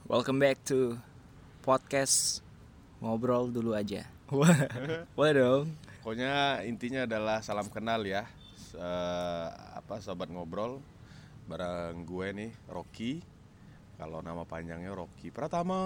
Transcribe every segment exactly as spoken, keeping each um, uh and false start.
Welcome back to podcast ngobrol dulu aja. Wah dong. Pokoknya intinya adalah salam kenal ya. Uh, apa sobat ngobrol bareng gue nih Rocky. Kalau nama panjangnya Rocky Pratama.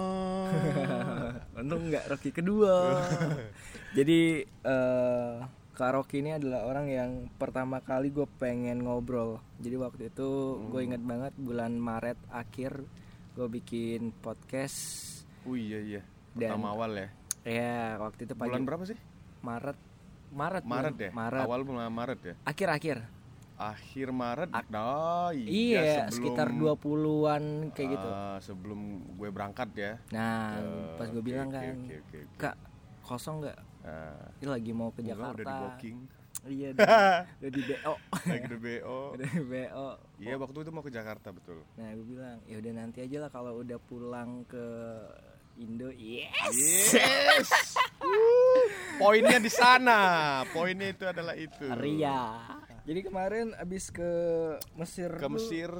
Untung nggak Rocky kedua. Jadi uh, Kak Rocky ini adalah orang yang pertama kali gue pengen ngobrol. Jadi waktu itu hmm. gue inget banget bulan Maret akhir gue bikin podcast. Oh iya iya. Pertama Dan, awal ya. Ya waktu itu pagi. Bulan berapa sih? Maret. Maret. Maret ya. Maret. Awal bulan Maret ya. Akhir-akhir. Akhir Maret. Ak- oh, iya, iya sebelum, sekitar dua puluhan kayak uh, gitu. Sebelum gue berangkat ya. Nah, uh, pas gue okay, bilang okay, kan, okay, okay, okay. Kak kosong nggak? Uh, Ini lagi mau ke Jakarta. Udah di booking. Iya, udah di B O. Lagi di B O. Udah di B O. Iya, waktu itu mau ke Jakarta betul. Nah, gue bilang, ya udah nanti aja lah kalau udah pulang ke Indo. Yes. Yes. Poinnya di sana. Poinnya itu adalah itu. Ria. Jadi kemarin abis ke Mesir. Ke Mesir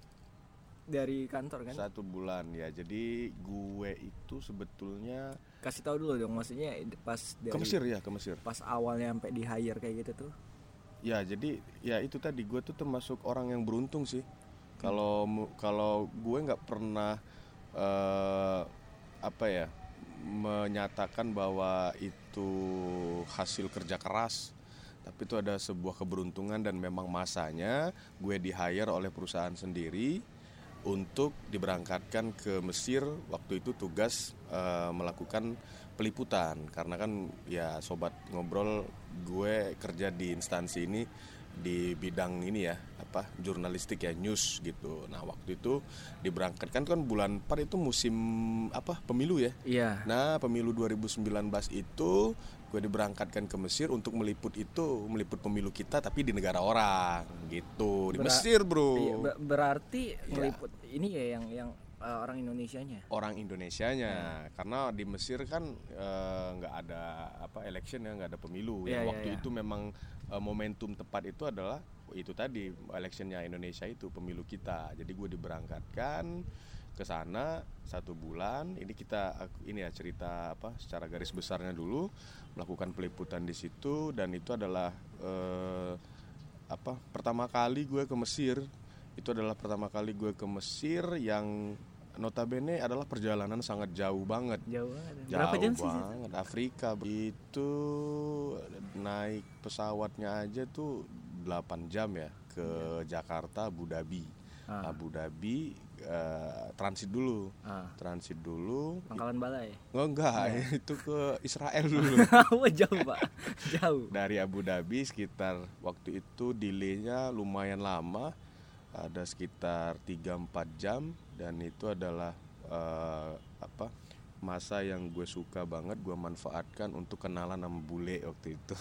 dari kantor kan? Satu bulan ya. Jadi gue itu sebetulnya kasih tahu dulu dong, maksudnya pas dari ke Mesir ya, ke Mesir. Pas awalnya sampai di hire kayak gitu tuh. Ya, jadi ya itu tadi gue tuh termasuk orang yang beruntung sih. Kalau hmm. kalau gue nggak pernah uh, apa ya menyatakan bahwa itu hasil kerja keras. Tapi itu ada sebuah keberuntungan dan memang masanya gue di hire oleh perusahaan sendiri untuk diberangkatkan ke Mesir. Waktu itu tugas uh, melakukan peliputan karena kan ya sobat ngobrol, gue kerja di instansi ini di bidang ini ya apa jurnalistik ya, news gitu. Nah waktu itu diberangkatkan kan bulan empat itu musim apa pemilu ya. Iya. Nah pemilu dua ribu sembilan belas itu gue diberangkatkan ke Mesir untuk meliput itu meliput pemilu kita tapi di negara orang gitu di Ber- Mesir bro. Iya, berarti meliput ya. Ini ya yang yang uh, orang Indonesianya. Orang Indonesianya ya. Karena di Mesir kan nggak uh, ada apa election ya, nggak ada pemilu. Ya, yang ya, waktu ya. Itu memang uh, momentum tepat itu adalah itu tadi electionnya Indonesia itu pemilu kita. Jadi gue diberangkatkan ke sana satu bulan. Ini kita ini ya cerita apa secara garis besarnya dulu, melakukan peliputan di situ dan itu adalah uh, apa pertama kali gue ke Mesir. Itu adalah pertama kali gue ke Mesir yang notabene adalah perjalanan sangat jauh banget. Jauh banget. Jauh Berapa jam sih? Banget. Afrika itu naik pesawatnya aja tuh delapan jam ya ke ya. Jakarta, Abu Dhabi. Ah. Abu Dhabi uh, transit dulu. Ah. Transit dulu. Pangkalan Bala ya? Oh, enggak, ya. Itu ke Israel dulu. Oh, jauh, Pak. Jauh. Dari Abu Dhabi sekitar waktu itu delay-nya lumayan lama. Ada sekitar tiga sampai empat jam dan itu adalah uh, apa masa yang gue suka banget, gue manfaatkan untuk kenalan sama bule waktu itu.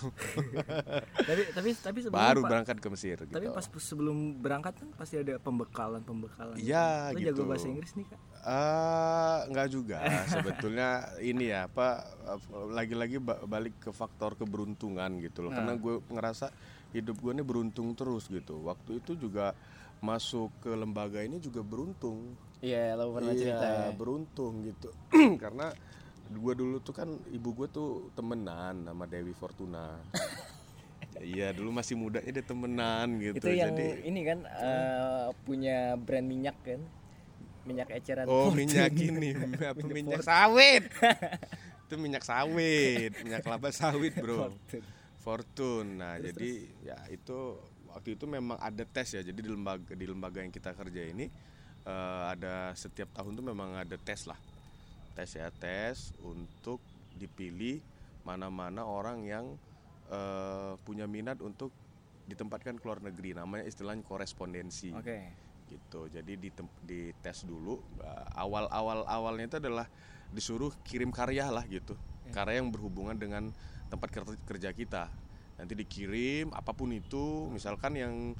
tapi tapi tapi sebelum baru pa- berangkat ke Mesir. Tapi gitu. Pas sebelum berangkat kan pasti ada pembekalan pembekalan. Iya gitu. Lo gitu. jago bahasa Inggris nih Kak? Uh, enggak juga sebetulnya ini ya apa lagi-lagi balik ke faktor keberuntungan gitu loh. Nah. Karena gue ngerasa hidup gue ini beruntung terus gitu. Waktu itu juga masuk ke lembaga ini juga beruntung. Iya, lo pernah iya, cerita ya. Beruntung gitu. Karena gue dulu tuh kan ibu gue tuh temenan sama Dewi Fortuna. Iya, dulu masih mudanya dia temenan gitu. Itu yang jadi ini kan uh, punya brand minyak kan. Minyak eceran. Oh, Fortune. Minyak ini, apa minyak sawit. Itu minyak sawit, minyak kelapa sawit, Bro. Fortune. Fortune. Nah, terus, jadi terus. Ya itu waktu itu memang ada tes ya. Jadi di lembaga di lembaga yang kita kerja ini uh, ada setiap tahun tuh memang ada tes lah. Tes ya, tes untuk dipilih mana-mana orang yang uh, punya minat untuk ditempatkan ke luar negeri. Namanya istilahnya korespondensi. Oke. Okay. Gitu. Jadi di di tes dulu. Uh, awal-awal awalnya itu adalah disuruh kirim karya lah gitu. Yeah. Karya yang berhubungan dengan tempat kerja kita. Nanti dikirim apapun itu, misalkan yang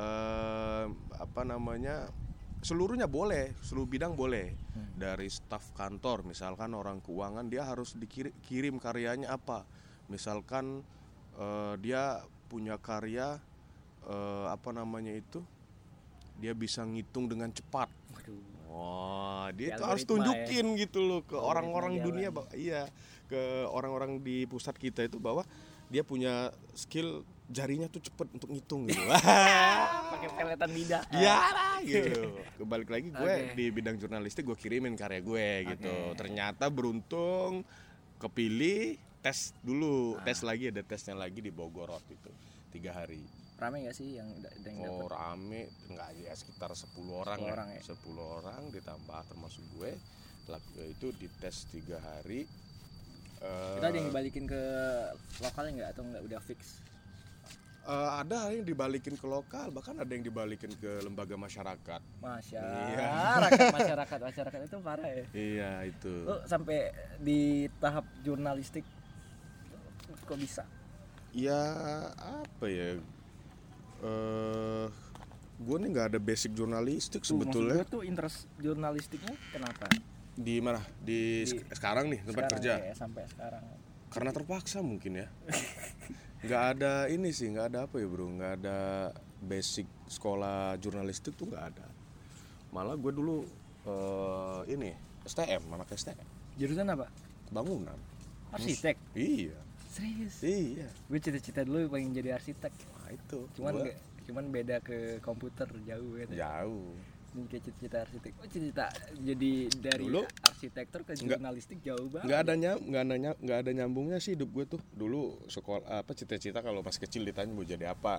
eh, apa namanya seluruhnya boleh, seluruh bidang boleh. Hmm. Dari staf kantor, misalkan orang keuangan dia harus dikirim karyanya apa. Misalkan eh, dia punya karya eh, apa namanya itu, dia bisa ngitung dengan cepat. Waduh. Oh, dia Di tuh harus algoritma tunjukin gitu loh ke Algoritma orang-orang jalan. dunia, bah- iya, ke orang-orang di pusat kita itu bahwa dia punya skill jarinya tuh cepet untuk ngitung gitu. Pakai peletan lidah. Iya lah gitu. Kebalik lagi gue Oke. di bidang jurnalistik gue kirimin karya gue gitu. Oke. Ternyata beruntung kepilih, tes dulu, Ah. tes lagi, ada tesnya lagi di Bogor waktu itu tiga hari. Rame gak sih yang da- yang Oh dapet? rame, enggak ya sekitar sepuluh orang sepuluh ya. orang ya? sepuluh orang ditambah termasuk gue. Lak- Itu dites tiga hari. Eh, Kita ada yang dibalikin ke lokalnya nggak atau nggak udah fix? eh, ada yang dibalikin ke lokal, bahkan ada yang dibalikin ke lembaga masyarakat. Masyarakat, masyarakat, masyarakat itu parah ya. Iya itu. Lu sampai di tahap jurnalistik kok bisa? Ya apa ya? Eh, gue nih nggak ada basic jurnalistik sebetulnya. Gue tuh interest jurnalistiknya kenapa? Di mana? Di, Di- sek- sekarang nih tempat Sekarang kerja. ya, sampai sekarang. Karena terpaksa mungkin ya. Nggak ada ini sih, nggak ada apa ya bro, nggak ada basic sekolah jurnalistik tuh nggak ada. Malah gue dulu eh, ini S T M, anak S T M, Jurusan apa? bangunan. Arsitek. Iya, Serius? iya. Gue cita-cita dulu pengen jadi arsitek. Nah itu. Cuman gua nggak- cuman beda ke komputer jauh ya. jauh. Ini kayak cita-cita arsitek. Oh cita-cita jadi dari Dulu? arsitektur ke Nggak- jurnalistik jauh banget. Nggak ada nyam, nggak ada nyam, nggak ada nyambungnya sih hidup gue tuh. Dulu sekolah apa cita-cita kalau pas kecil ditanya mau jadi apa,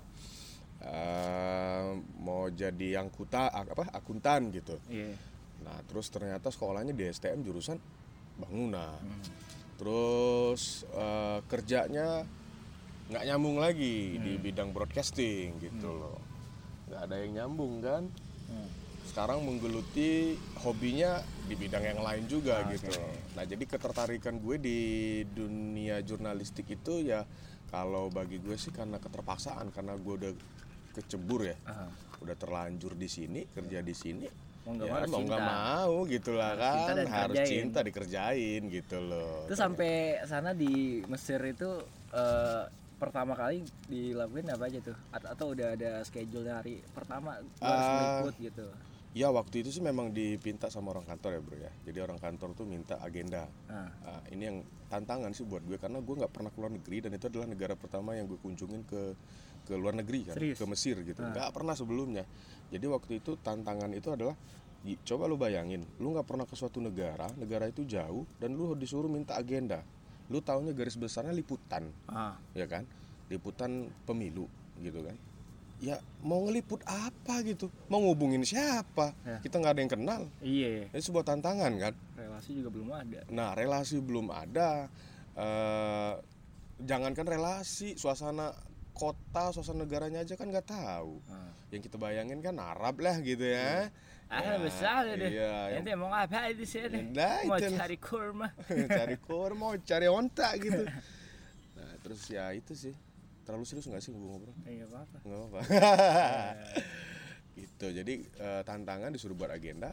Eh, mau jadi angkuta apa akuntan gitu. Iya. Nah terus ternyata sekolahnya di S T M jurusan bangunan. Hmm. Terus eh, kerjanya nggak nyambung lagi di bidang broadcasting gitu loh. Nggak ada yang nyambung kan. Hmm. Sekarang menggeluti hobinya di bidang yang lain juga Ah, gitu. oke. Nah jadi ketertarikan gue di dunia jurnalistik itu ya kalau bagi gue sih karena keterpaksaan, karena gue udah kecebur ya, Aha. udah terlanjur di sini, kerja di sini, Mau nggak ya mau harus mau nggak cinta. mau gitu lah Harus cinta kan, dan harus dikerjain. cinta dikerjain gitu loh. Terus sampai sana di Mesir itu eh, pertama kali dilakuin apa aja tuh? At- atau udah ada schedule hari pertama gua harus Ah. meliput gitu. Ya waktu itu sih memang dipinta sama orang kantor ya bro ya. Jadi orang kantor tuh minta agenda. Nah, Nah, ini yang tantangan sih buat gue karena gue nggak pernah keluar negeri dan itu adalah negara pertama yang gue kunjungin ke ke luar negeri kan, Serius? ke Mesir gitu. Nggak pernah sebelumnya. Jadi waktu itu tantangan itu adalah i- coba lu bayangin, lu nggak pernah ke suatu negara, negara itu jauh dan lu disuruh minta agenda. Lu taunya garis besarnya liputan, ah, ya kan? Liputan pemilu gitu kan. Ya mau ngeliput apa gitu? Mau ngubungin siapa? Ya. Kita nggak ada yang kenal. iya, Ini sebuah tantangan kan. relasi juga belum ada. Nah relasi belum ada, eh, jangankan relasi, suasana kota, suasana negaranya aja kan nggak tahu. Ah. Yang kita bayangin kan Arab lah gitu ya. Ah, Ya, besar deh. Iya, yang Ente mau ngapain di sini? Nah, Mau itu. cari kurma. cari kurma, cari onta gitu. Nah terus ya itu sih. Terlalu serius nggak sih gue ngobrol? Iya apa-apa. Nggak apa-apa. Gitu. Jadi eh, tantangan disuruh buat agenda.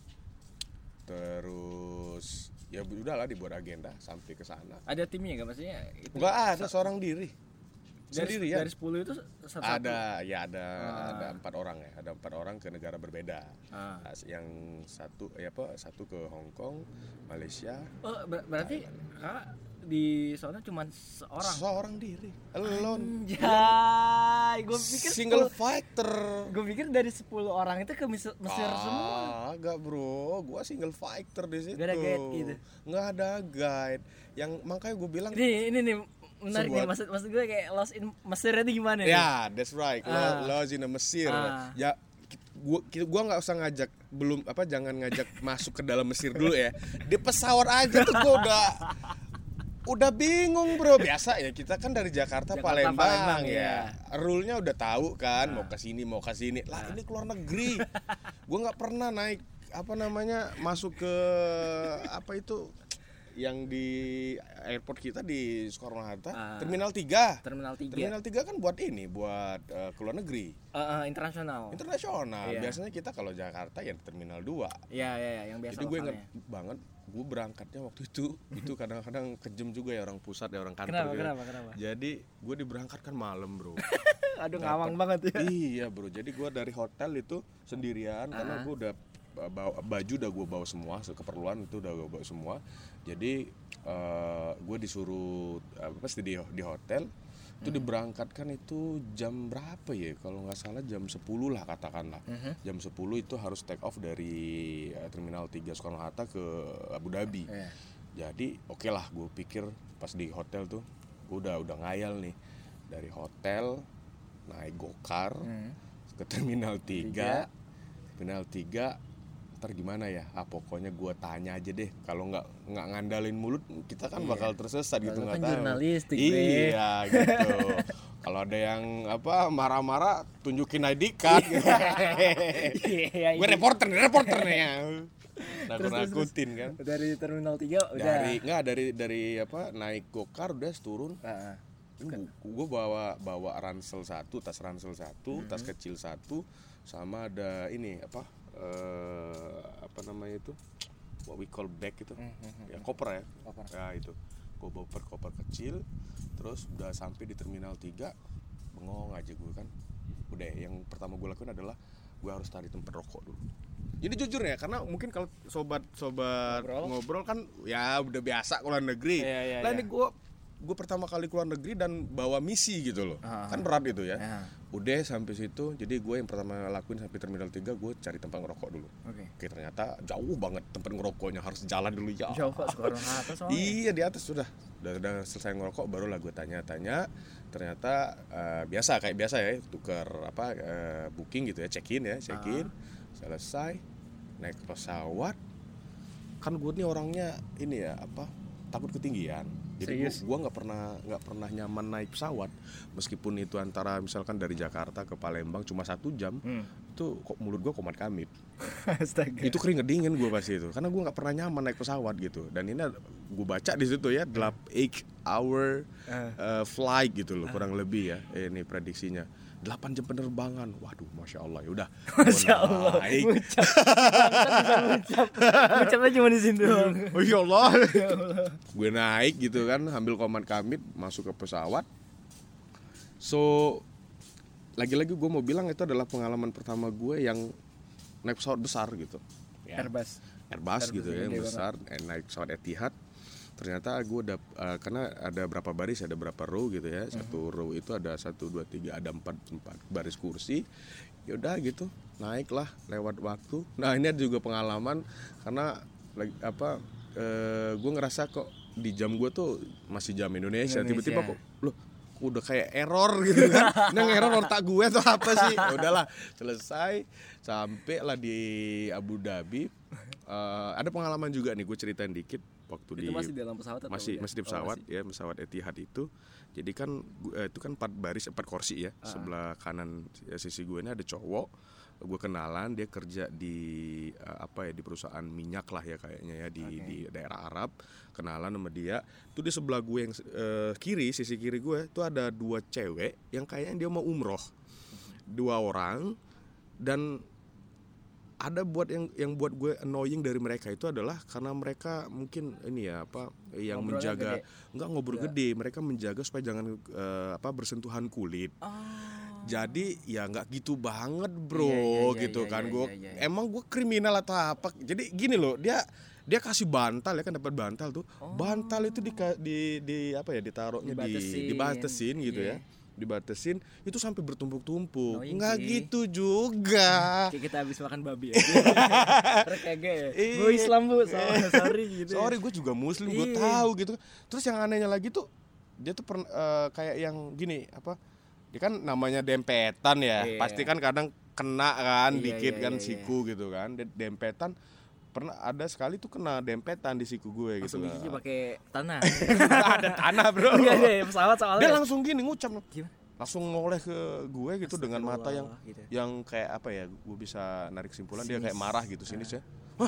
Terus ya udahlah dibuat agenda sampai ke sana. Ada timnya nggak maksudnya? Itu Enggak ada seorang diri. dari, Sendiri ya. dari sepuluh itu satu. Ada ya ada Ah. ada empat orang ya, ada empat orang ke negara berbeda. Ah. Nah, yang satu ya apa satu ke Hong Kong, Malaysia. Oh, ber- berarti kakak di sana cuma seorang. Seorang diri, alone. Anjay, gue pikir Single fighter. Gue pikir dari sepuluh orang itu ke Mesir, Mesir ah, semua. Agak bro, gua single fighter di situ. Gak ada guide gitu? Nggak ada guide. Yang makanya gue bilang Ini ini nih menarik nih Sebuah- maksud maksud gue kayak lost in Mesir itu gimana nih? ya, that's right. Ah. Lo Lost in the Mesir. Ah. Ya gua kita- gua nggak usah ngajak belum apa jangan ngajak masuk ke dalam Mesir dulu ya. Di pesawat aja tuh gua udah udah bingung bro. Biasa ya kita kan dari Jakarta, Jakarta, Palembang, Palembang, ya. Rule-nya udah tahu kan, Ah. mau ke sini mau ke sini. Lah ini keluar negeri. Gua nggak pernah naik apa namanya masuk ke apa itu yang di airport kita di Soekarno-Hatta, Ah. Terminal tiga. Terminal tiga. Terminal tiga kan buat ini, buat uh, ke luar negeri, Eh, eh, internasional. internasional. Iya. Biasanya kita kalau Jakarta ya Terminal dua. Iya iya ya, yang biasa. Jadi gue inget lokalnya. banget, gue berangkatnya waktu itu, itu kadang-kadang kejem juga ya orang pusat ya orang kantor. Kenapa gitu. kenapa kenapa? Jadi gue diberangkatkan malam bro. Aduh ngawang banget ya. Iya bro, jadi gue dari hotel itu sendirian karena Ah. gue udah bawa, baju udah gue bawa semua, keperluan itu udah gue bawa semua. Jadi uh, gue disuruh apa pasti di di hotel itu hmm. diberangkatkan itu jam berapa ya, kalau nggak salah jam sepuluh lah katakanlah. Uh-huh. Jam sepuluh itu harus take off dari uh, Terminal tiga Soekarno-Hatta ke Abu Dhabi. Uh-huh. Jadi oke okay lah, gue pikir pas di hotel tuh gue udah udah ngayal nih, dari hotel naik gokar uh-huh. ke Terminal tiga. Terminal tiga ntar gimana ya, ah pokoknya gue tanya aja deh, kalau nggak nggak ngandalin mulut kita kan iya. bakal tersesat gitu, nggak kan tahu jurnalistik iya gitu. Kalau ada yang apa marah-marah tunjukin I D card gitu. Gue reporter reporter nih ya, nakut-nakutin kan. Dari Terminal tiga udah dari nggak dari dari apa naik gokar udah turun. Uh-huh. Gue bawa bawa ransel satu, tas ransel satu, uh-huh. tas kecil satu, sama ada ini apa Uh, apa namanya itu, what we call bag itu, mm-hmm. ya koper ya, koper. Ya itu, gue bawa per koper kecil, terus udah sampai di Terminal tiga, bengong aja gue kan, udah yang pertama gue lakuin adalah gue harus cari tempat rokok dulu. Jadi jujur ya, karena mungkin kalau sobat-sobat ngobrol, ngobrol kan ya udah biasa keluar negeri, yeah, yeah, lah yeah. ini gue gue pertama kali keluar negeri dan bawa misi gitu loh, uh-huh. kan berat itu ya. Uh-huh. Udah sampai situ, jadi gue yang pertama lakuin sampai Terminal tiga, gue cari tempat ngerokok dulu. Oke. Okay. Oke, ternyata jauh banget tempat ngerokoknya, harus jalan dulu ya. Jauh Pak, sekarang atas soalnya. Iya di atas sudah, udah, udah selesai ngerokok, barulah gue tanya-tanya. Ternyata uh, biasa kayak biasa ya, tukar apa uh, booking gitu ya, check-in ya, check-in, uh-huh. selesai, naik pesawat. Kan gue nih orangnya ini ya apa, takut ketinggian. Jadi gue nggak pernah nggak pernah nyaman naik pesawat, meskipun itu antara misalkan dari Jakarta ke Palembang cuma satu jam, hmm. itu kok mulut gue komat kamit. Itu keringet dingin gue pasti itu, karena gue nggak pernah nyaman naik pesawat gitu. Dan ini gue baca di situ ya, delapan hour uh, flight gitu loh kurang lebih ya, ini prediksinya. delapan jam penerbangan. Waduh, Masya Allah, ya udah. Masya Allah. Ngucap. Ngucap. Ngucapnya cuma di sini doang. Oh ya Allah. Gue naik gitu kan, ambil command kamit, masuk ke pesawat. So, lagi-lagi gue mau bilang itu adalah pengalaman pertama gue yang naik pesawat besar gitu. Ya. Airbus. Airbus. Airbus gitu ya, yang besar, naik pesawat Etihad. Ternyata gue udah uh, karena ada berapa baris, ada berapa row gitu ya. Satu row itu ada satu dua tiga, ada empat empat baris kursi. Ya udah gitu, naiklah lewat waktu. Nah, ini ada juga pengalaman karena lagi apa uh, gue ngerasa kok di jam gue tuh masih jam Indonesia, Indonesia. Tiba-tiba kok loh udah kayak error gitu kan. Nang error otak gue atau apa sih? Ya udahlah, selesai sampai lah di Abu Dhabi. Uh, ada pengalaman juga nih, gue ceritain dikit. Waktu itu di, masih di dalam pesawat atau masih ya? masih di pesawat oh, ya, pesawat Etihad itu. Jadi kan eh, itu kan empat baris empat kursi ya. Uh-huh. Sebelah kanan ya, sisi gue ini ada cowok, gue kenalan, dia kerja di uh, apa ya, di perusahaan minyak lah ya kayaknya ya, di okay. di daerah Arab. Kenalan sama dia. Tuh di sebelah gue yang uh, kiri, sisi kiri gue tuh ada dua cewek yang kayaknya dia mau umroh. Dua orang. Dan ada buat yang yang buat gue annoying dari mereka itu adalah karena mereka mungkin ini ya apa yang ngobrolnya menjaga gede. Enggak ngobrol enggak. Gede, mereka menjaga supaya jangan uh, apa bersentuhan kulit. Oh. Jadi ya nggak gitu banget bro, iya, iya, iya, gitu iya, kan iya, gue iya, iya. Emang gue kriminal atau apa? Jadi gini loh, dia dia kasih bantal ya kan, dapat bantal tuh. Oh. Bantal itu di di, di apa ya ditaruhnya di dibatasin gitu yeah. ya. Dibatasin itu sampai bertumpuk-tumpuk. Nggak gitu juga. Kayak kita habis makan babi ya. Rekege ya. Gue Islam bu, sorry gitu. Sorry, gue juga Muslim, gue tahu gitu. Terus yang anehnya lagi tuh dia tuh pernah uh, kayak yang gini apa? Dia kan namanya dempetan ya. Iya. Pasti kan kadang kena kan, iya, dikit iya, kan iya, siku iya. gitu kan. Dempetan. Pernah ada sekali tuh kena dempetan di siku gue gitu. Langsung gigi pakai tanah. Ada tanah bro. Iya deh, pesawat soalnya. Dia langsung gini ngucap. Gimana? Langsung noleh ke gue gitu dengan mata yang gitu. Yang kayak apa ya? Gue bisa narik kesimpulan sinis. Dia kayak marah gitu sinis ya. Hah?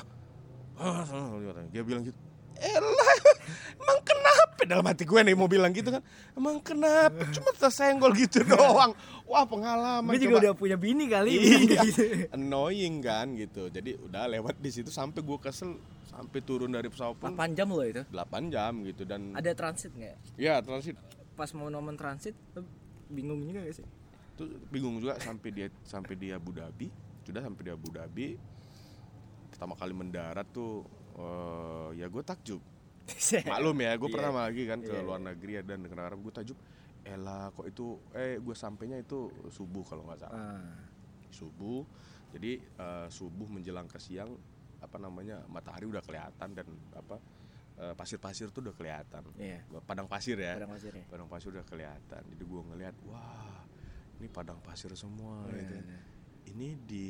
Dia bilang gitu. Elah, emang kenapa? Dalam hati gue nih mau bilang gitu kan. Emang kenapa? Cuma tersenggol gitu doang. Wah, pengalaman. Gue juga udah punya bini kali. Iya, gitu. Annoying kan gitu. Jadi udah lewat di situ sampai gue kesel, sampai turun dari pesawat pun. delapan jam loh itu. delapan jam gitu. Dan ada transit enggak? Iya, transit. Pas mau nomen transit bingung juga gak sih? Tuh bingung juga sampai dia sampai di Abu Dhabi. Sudah sampai di Abu Dhabi. pertama kali mendarat tuh uh, ya gue takjub. Maklum ya, gue pernah lagi kan ke luar negeri dan negara Arab, gue takjub. Elah kok itu, eh gue sampainya itu subuh kalau nggak salah. Ah. Subuh, jadi uh, subuh menjelang ke siang, apa namanya, matahari udah kelihatan dan apa uh, pasir-pasir tuh udah kelihatan. Yeah. Padang pasir ya. Padang pasir, ya. Padang pasir udah kelihatan. Jadi gue ngeliat, wah ini padang pasir semua. Yeah, gitu. Yeah. Ini di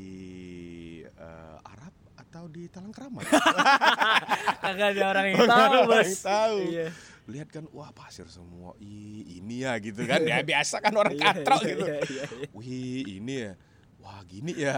uh, Arab atau di Talang Keramat? Agak ada orang yang tahu, bos. Tahu. Iya. Lihat kan, wah pasir semua. Ih, ini ya gitu kan. Ya biasa kan orang katrok gitu. Iya, iya, iya. Wih, ini ya. Wah, gini ya.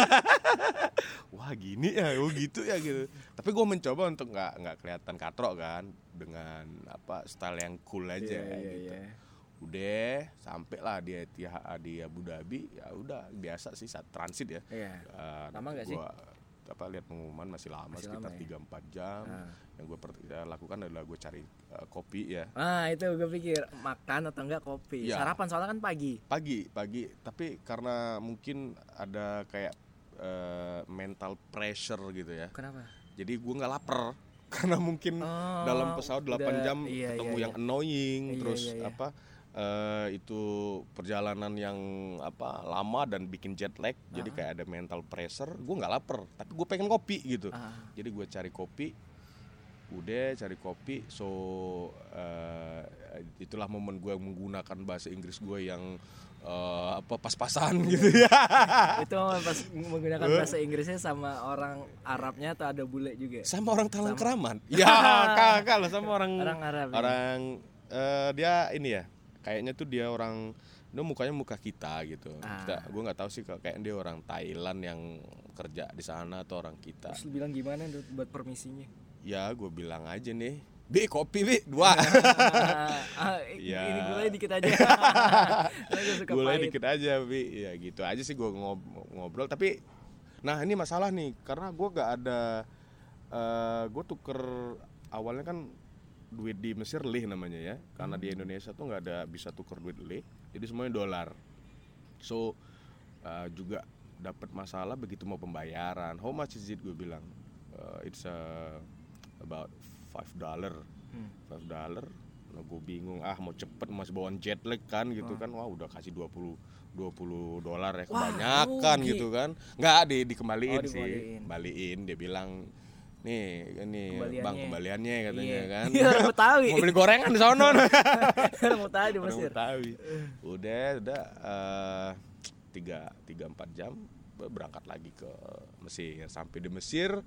Wah, gini ya. Oh, gitu ya gitu. Tapi gue mencoba untuk nggak nggak kelihatan katrok kan, dengan apa style yang cool aja. Iya, iya, gitu. Iya. Udah sampai lah di Etihad di Abu Dhabi, ya udah biasa sih saat transit ya. Iya. Uh, lama nggak sih? Apa lihat pengumuman masih lama, masih sekitar tiga sampai empat jam. Nah. Yang gue per- lakukan adalah gue cari uh, kopi ya. Ah itu gue pikir makan atau enggak kopi. Ya. Sarapan soalnya kan pagi. Pagi, pagi. Tapi karena mungkin ada kayak uh, mental pressure gitu ya. Kenapa? Jadi gue nggak lapar karena mungkin oh, dalam pesawat delapan jam iya, ketemu iya, yang iya. annoying, iya, terus iya, iya. apa? Uh, itu perjalanan yang apa lama dan bikin jet lag, uh-huh. jadi kayak ada mental pressure. Gue nggak lapar, tapi gue pengen kopi gitu. Uh-huh. Jadi gue cari kopi, udah cari kopi. So uh, itulah momen gue menggunakan bahasa Inggris gue yang uh, apa pas-pasan gitu ya. Itu pas menggunakan bahasa Inggrisnya sama orang Arabnya atau ada bule juga? Sama orang Talang Keramat. Ya kakak lah sama orang orang Arab. Orang ya? uh, dia ini ya. Kayaknya tuh dia orang, dia mukanya muka kita gitu. Ah. Kita, gue nggak tahu sih kayak dia orang Thailand yang kerja di sana atau orang kita. Terus lu bilang gimana buat permisinya? Ya gue bilang aja nih, Bi kopi Bi dua. ah, ya. Ini gulanya dikit aja. Gulanya dikit aja Bi, ya gitu aja sih gue ngobrol. Tapi, nah ini masalah nih, karena gue nggak ada, uh, gue tuker awalnya kan. Duit di Mesir leh namanya ya, karena di Indonesia tuh nggak ada bisa tuker duit leh, jadi semuanya dolar. So uh, juga dapat masalah begitu mau pembayaran. How much is it? Gue bilang uh, it's uh, about five dollar, five dollar. Nah, gue bingung, ah mau cepet masih bawaan jet lag kan gitu. Oh. Kan, wah udah kasih dua puluh dolar ya kebanyakan. Wah, gitu kan, nggak di dikembaliin oh, sih, baliin. Dia bilang nih ini bang kembaliannya katanya iya. Kan mau tahu mau beli gorengan di sono mau tahu di Mesir udah udah uh, tiga tiga empat jam berangkat lagi ke Mesir. Sampai di Mesir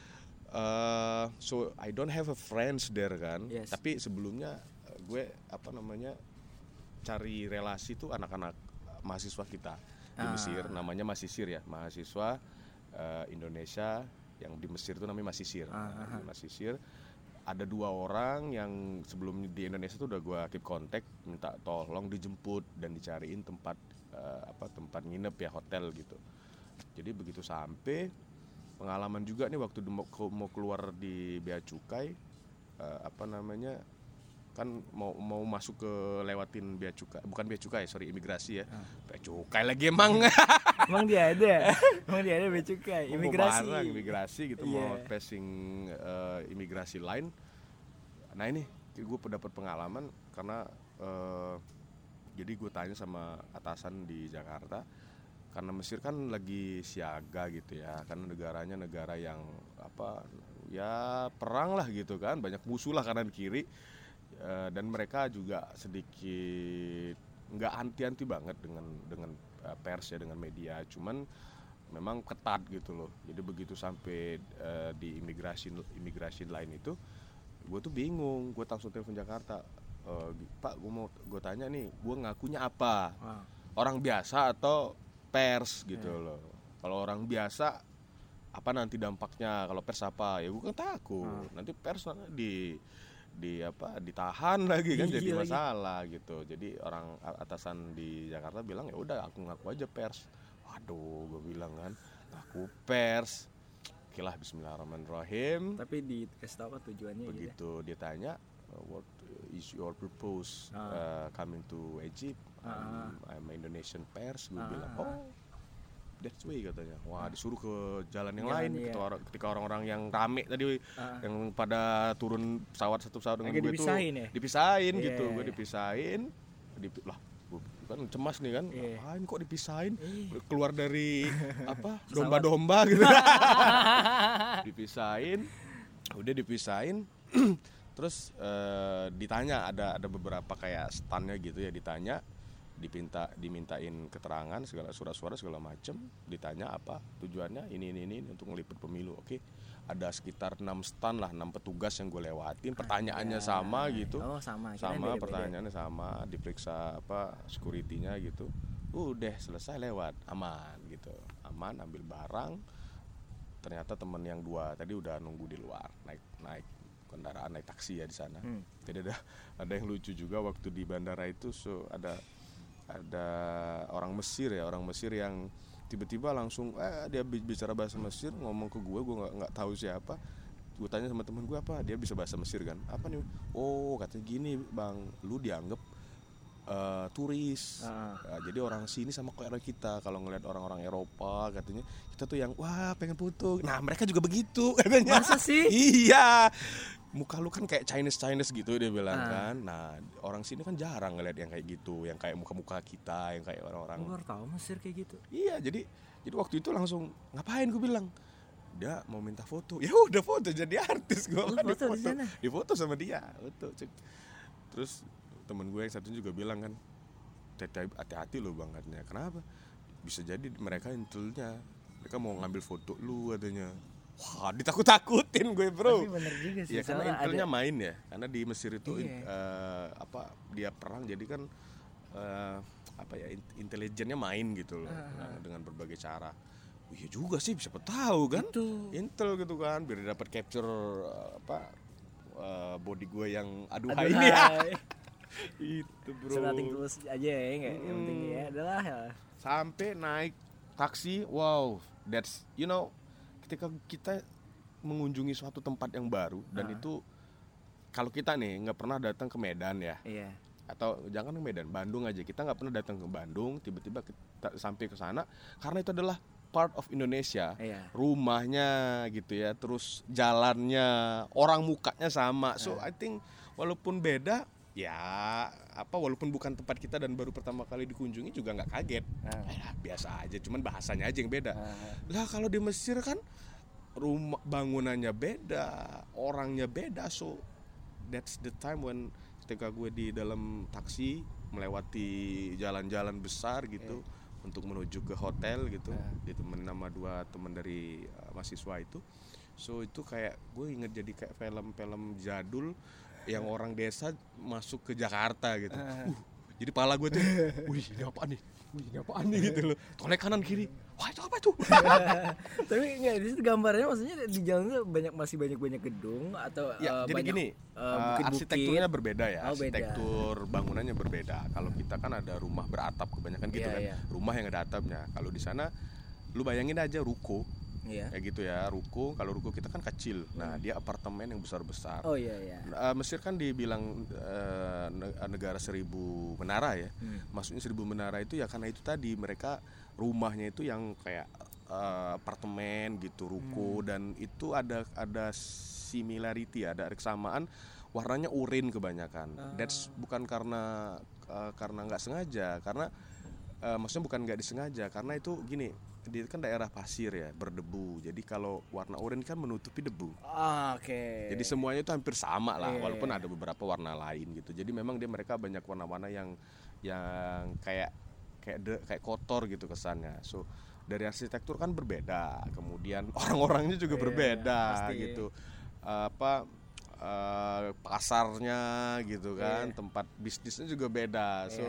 uh, so I don't have a friends there kan. Yes. Tapi sebelumnya gue apa namanya cari relasi tuh anak-anak mahasiswa kita di ah. Mesir, namanya Masisir ya, mahasiswa uh, Indonesia yang di Mesir itu namanya Masisir. Nah, Masisir ada dua orang yang sebelum di Indonesia tuh udah gue keep kontak, minta tolong dijemput dan dicariin tempat uh, apa tempat nginep ya, hotel gitu. Jadi begitu sampai, pengalaman juga nih waktu mau keluar di Bea Cukai, uh, apa namanya kan mau mau masuk ke lewatin Bea Cukai, bukan Bea Cukai, sorry imigrasi ya. Ah. Bea Cukai lagi emang. Emang dia ada, emang dia ada Bea Cukai, imigrasi. Mau imigrasi gitu, yeah. Mau passing uh, imigrasi line. Nah ini gue dapat pengalaman karena uh, jadi gue tanya sama atasan di Jakarta, karena Mesir kan lagi siaga gitu ya, karena negaranya negara yang apa ya perang lah gitu kan, banyak musuh lah kanan kiri. Uh, dan mereka juga sedikit nggak anti-anti banget dengan dengan uh, pers ya, dengan media, cuman memang ketat gitu loh. Jadi begitu sampai uh, di imigrasi imigrasi lain itu, gue tuh bingung. Gue langsung telepon Jakarta, uh, Pak, gue mau gue tanya nih, gue ngakunya apa? Wow. Orang biasa atau pers gitu yeah. loh. Kalau orang biasa apa nanti dampaknya? Kalau pers apa? Ya gue kan takut wow. nanti pers di di apa ditahan lagi kan, jadi masalah lagi. Gitu. Jadi orang atasan di Jakarta bilang ya udah aku ngaku aja pers. Waduh, gue bilang kan ngaku pers. Oke lah, bismillahirrahmanirrahim. Tapi dikasih tahu kan tujuannya. Begitu gitu. Dia tanya, what is your purpose ah. uh, coming to Egypt? Ah. I'm, I'm Indonesian pers. Gue ah. bilang oh that way katanya. Wah, disuruh ke jalan yang Jalan, lain. iya. Ketika orang, ketika orang-orang yang rame tadi Ah. yang pada turun pesawat satu pesawat dengan Lagi gue dipisahin tuh ya? dipisahin Iya. gitu. Gue dipisahin. Dipi- lah, gue kan cemas nih kan. Iya. Ngapain kok dipisahin? Iya. Keluar dari apa? Pesawat. Domba-domba gitu. Dipisahin. Udah dipisahin. Terus eh, ditanya ada ada beberapa kayak standnya gitu ya, ditanya, dipinta dimintain keterangan segala surat-surat segala macem, ditanya apa tujuannya ini ini ini untuk ngeliput pemilu. Oke, ada sekitar enam stand lah, enam petugas yang gue lewatin, pertanyaannya Anjay. sama gitu. Oh, sama. Kirain Sama beda-beda. pertanyaannya sama, diperiksa apa security-nya gitu. Udah selesai, lewat, aman gitu. Aman, ambil barang. Ternyata temen yang dua tadi udah nunggu di luar, naik naik kendaraan, naik taksi ya di sana. Hmm. Jadi ada ada yang lucu juga waktu di bandara itu, so ada ada orang Mesir ya, orang Mesir yang tiba-tiba langsung eh dia bicara bahasa Mesir, ngomong ke gue, gue nggak nggak tahu siapa. Gue tanya sama temen gue, apa dia bisa bahasa Mesir kan? Apa nih? Oh, katanya gini bang, lu dianggap uh, turis. Uh. Uh, jadi orang sini sama kayak kita. Kalau ngeliat orang-orang Eropa katanya kita tuh yang wah pengen foto. Nah mereka juga begitu katanya. Masa sih? Iya. Muka lu kan kayak Chinese Chinese gitu dia bilang uh. kan. Nah orang sini kan jarang ngeliat yang kayak gitu, yang kayak muka-muka kita, yang kayak orang-orang. Gue baru tahu Mesir kayak gitu. Iya, jadi jadi waktu itu langsung ngapain gue bilang. Dia mau minta foto, ya udah foto jadi artis gue. Oh, di foto foto, di sana. di foto sama dia, foto. Terus temen gue yang satu juga bilang kan, hati-hati lo bang katanya. Kenapa? Bisa jadi mereka intelnya, mereka mau ngambil foto lu katanya. Wah, ditakut-takutin gue bro. Tapi bener juga sih. Ya karena intelnya ada... main ya, karena di Mesir itu iya. in, uh, apa dia perang jadi kan uh, apa ya intelijennya main gitu loh, uh-huh. dengan berbagai cara. Oh, iya juga sih, siapa tahu kan itu. Intel gitu kan biar dapat capture uh, apa uh, body gue yang aduhai, aduhai. ini ya. Itu bro. Selating tulus aja ya, nggak? Hmm. Yang penting ya adalah ya. Sampai naik taksi, wow, that's you know ketika kita mengunjungi suatu tempat yang baru dan uh. itu kalau kita nih nggak pernah datang ke Medan ya. Iya. Atau jangan ke Medan, Bandung aja, kita nggak pernah datang ke Bandung, tiba-tiba kita sampai ke sana karena itu adalah part of Indonesia, iya. Rumahnya gitu ya, terus jalannya, orang mukanya sama, so I think walaupun beda, ya apa walaupun bukan tempat kita dan baru pertama kali dikunjungi juga nggak kaget, uh. eh, biasa aja, cuman bahasanya aja yang beda. Uh. Lah kalau di Mesir kan rumah bangunannya beda, orangnya beda, so that's the time when ketika gue di dalam taksi melewati jalan-jalan besar gitu. Yeah. Untuk menuju ke hotel gitu, yeah. Ditemenin sama dua teman dari uh, mahasiswa itu. So itu kayak gue inget jadi kayak film-film jadul yang orang desa masuk ke Jakarta gitu. Uh, jadi pala gue tuh, wih ini apaan nih? Wih ini apaan nih gitu loh. Tolek kanan kiri. Wah itu apa itu? Tapi nggak di situ gambarnya maksudnya di jalan tuh banyak masih banyak banyak gedung atau ya, uh, jadi banyak gini, uh, arsitekturnya berbeda ya, oh, arsitektur beda. Bangunannya berbeda. Kalau kita kan ada rumah beratap kebanyakan gitu yeah, kan, yeah. Rumah yang ada atapnya. Kalau di sana, lu bayangin aja ruko, yeah. Kayak gitu ya, ruko. Kalau ruko kita kan kecil, nah dia apartemen yang besar besar. Oh iya iya. Uh, Mesir kan dibilang uh, negara seribu menara ya, hmm. Maksudnya seribu menara itu ya karena itu tadi mereka rumahnya itu yang kayak uh, apartemen gitu, ruko, hmm. dan itu ada ada similarity, ada kesamaan, warnanya urin kebanyakan. Uh. That's bukan karena uh, karena nggak sengaja, karena uh, maksudnya bukan nggak disengaja, karena itu gini, di kan daerah pasir ya, berdebu. Jadi kalau warna urin kan menutupi debu. Ah, oke. Okay. Jadi semuanya itu hampir sama lah, yeah. Walaupun ada beberapa warna lain gitu. Jadi memang dia mereka banyak warna-warna yang yang kayak kayak de, kayak kotor gitu kesannya. So dari arsitektur kan berbeda, kemudian orang-orangnya juga yeah, berbeda pasti. Gitu. Uh, apa uh, pasarnya gitu kan, yeah. Tempat bisnisnya juga beda. Yeah. So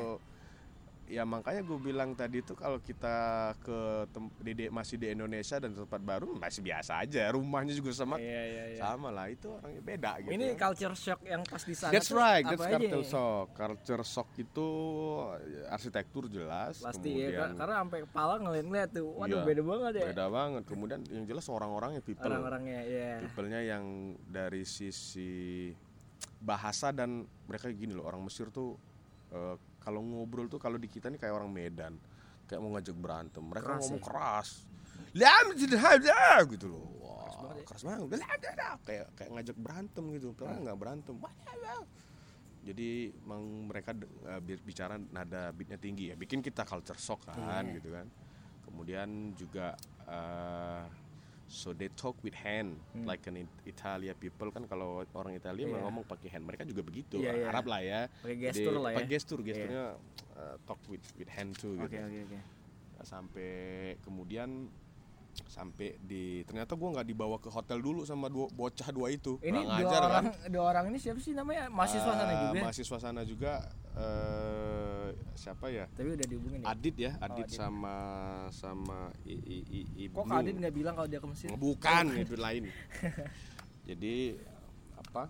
ya makanya gue bilang tadi tuh kalau kita ke tem- di, masih di Indonesia dan tempat baru masih biasa aja, rumahnya juga sama, yeah, yeah, yeah. Sama lah, itu orangnya beda gitu. Ini culture shock yang pas di sana. That's tuh right, apa that's aja culture nih? shock. Culture shock itu arsitektur jelas. Pasti kemudian, ya, karena sampai kepala ngeliat-ngeliat tuh, waduh iya, beda banget ya. Beda banget. Kemudian yang jelas orang-orangnya people. Orang-orangnya, ya. Yeah. People-nya yang dari sisi bahasa dan mereka gini loh, orang Mesir tuh. Uh, kalau ngobrol tuh kalau di kita nih kayak orang Medan, kayak mau ngajak berantem. Mereka Keras ngomong ya? keras. Lah tidak gitu loh. Wah, keras banget. Ya. Keras banget. Kayak kayak ngajak berantem gitu. Padahal enggak berantem. Jadi emang mereka uh, bicara nada beatnya tinggi ya, bikin kita culture shock kan, yeah. gitu kan. Kemudian juga uh, so they talk with hand, hmm. like an Italia people kan, kalau orang Italia yeah. ngomong pakai hand, mereka juga begitu, yeah, yeah. Arab lah ya. Pakai gestur lah ya. Pakai gestur, gesturnya yeah. uh, talk with with hand too. Oke gitu. oke oke. Sampai kemudian sampai di ternyata gue nggak dibawa ke hotel dulu sama dua bocah dua itu. Ini dua ajar, orang kan? dua orang ini siapa sih namanya, mahasiswa sana uh, juga? Mahasiswa sana juga uh, siapa ya? Tapi udah dihubungin ya. Adit ya, Adit, oh, Adit. sama sama i, i, i, Ibnu. Kok Adit nggak bilang kalau dia ke Mesir? Bukan, itu lain. Jadi apa?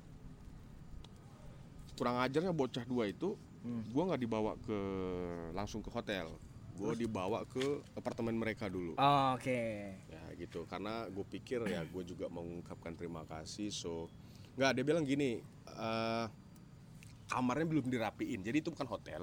Kurang ajarnya bocah dua itu, hmm. gue nggak dibawa ke langsung ke hotel. Gue dibawa ke apartemen mereka dulu. Oh, oke. Okay. Ya gitu, karena gue pikir ya gue juga mengungkapkan terima kasih. So nggak, dia bilang gini, uh, kamarnya belum dirapiin, jadi itu bukan hotel.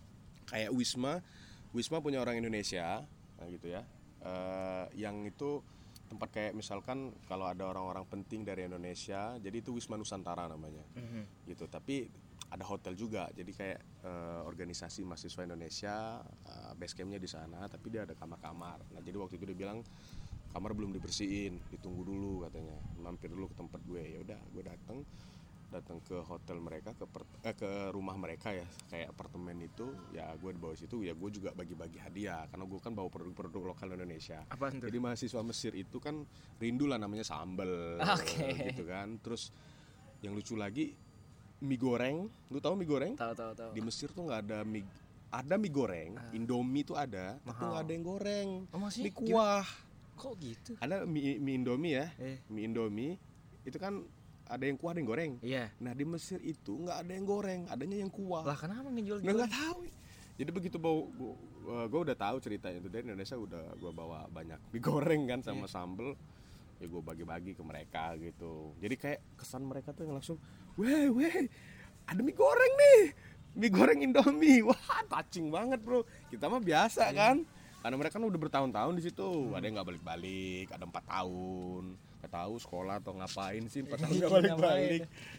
Kayak Wisma, Wisma punya orang Indonesia, nah gitu ya. Uh, yang itu tempat kayak misalkan kalau ada orang-orang penting dari Indonesia, jadi itu Wisma Nusantara namanya, mm-hmm. gitu. Tapi ada hotel juga, jadi kayak uh, organisasi mahasiswa Indonesia, uh, base campnya di sana, tapi dia ada kamar-kamar. Nah jadi waktu itu dia bilang kamar belum dibersihin, ditunggu dulu katanya, mampir dulu ke tempat gue. Ya udah, gue datang, datang ke hotel mereka, ke per, eh, ke rumah mereka ya, kayak apartemen itu, ya gue di bawah situ, ya gue juga bagi-bagi hadiah, karena gue kan bawa produk-produk lokal Indonesia. Apa itu? Jadi mahasiswa Mesir itu kan rindu lah namanya sambal, okay. gitu kan. Terus yang lucu lagi, mie goreng, lu tahu mie goreng? Tahu tahu tahu. Di Mesir tuh nggak ada mie, ada mie goreng, ah. Indomie tuh ada, mahal. Tapi nggak ada yang goreng. Oh, masih? Mie kuah. Kok gitu? Ada mie, mie Indomie ya, eh. mie Indomie itu kan ada yang kuah, ada yang goreng. Iya. Nah di Mesir itu nggak ada yang goreng, adanya yang kuah. Lah kenapa ngejual? Nggak tahu. Jadi begitu bau, gue udah tahu ceritanya itu dari Indonesia, udah gue bawa banyak mie goreng kan sama yeah. sambel. Ya gue bagi-bagi ke mereka gitu. Jadi kayak kesan mereka tuh yang langsung, weh weh, ada mie goreng nih, mie goreng Indomie, wah touching banget bro. Kita mah biasa yeah. kan, karena mereka kan udah bertahun-tahun di situ. Hmm. Ada yang nggak balik-balik, ada empat tahun, nggak tahu sekolah atau ngapain sih empat tahun nggak balik-balik.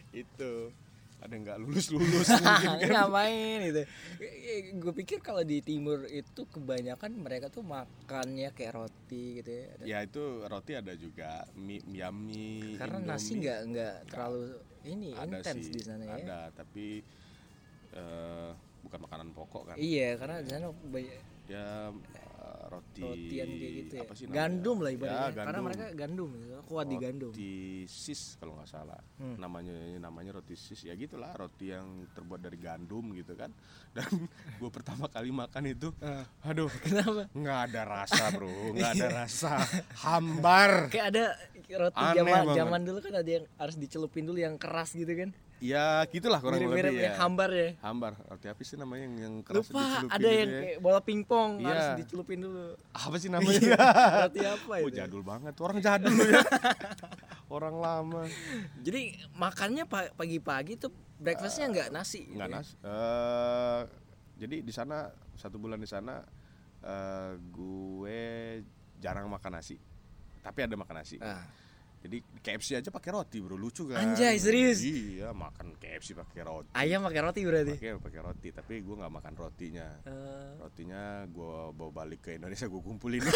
Itu ada yang nggak lulus-lulus mungkin kan. Ngapain itu? Gue pikir kalau di timur itu kebanyakan mereka tuh makannya kayak roti gitu ya. Ya itu roti ada juga, mie, mie karena Indomie, nasi nggak nggak terlalu ini intens di sana ya. Ada, tapi uh, bukan makanan pokok kan. Iya, karena di sana banyak ya uh, roti rotian kayak gitu ya. Apa sih gandum lah ibaratnya. Ya, karena mereka gandum gitu, kuat di gandum. Roti sis kalau nggak salah. Hmm. Namanya namanya roti sis ya gitulah, roti yang terbuat dari gandum gitu kan. Dan gue pertama kali makan itu, uh. aduh, kenapa? Nggak ada rasa bro, nggak ada rasa, hambar. Kayak ada roti zaman zaman dulu kan ada yang harus dicelupin dulu yang keras gitu kan. Ya gitulah kurang mirip-mirip lebih ya. Hambar ya. Hambar, roti apa sih namanya yang, yang keras lupa, ada yang ya. Kayak bola pingpong ya. Harus dicelupin dulu. Apa sih namanya? Roti apa itu? Oh jadul banget, orang jadul ya. Orang lama. Jadi makannya pagi-pagi tuh breakfastnya nggak uh, nasi? Nggak gitu nasi. Ya? Uh, jadi di sana satu bulan di sana uh, gue jarang makan nasi, tapi ada makan nasi. Uh. Jadi K F C aja pakai roti bro, lucu kan? Anjay serius? Iya makan K F C pakai roti. Ayam pakai roti berarti? Pakai pakai roti, tapi gue nggak makan rotinya. Uh. Rotinya gue bawa balik ke Indonesia, gue kumpulin.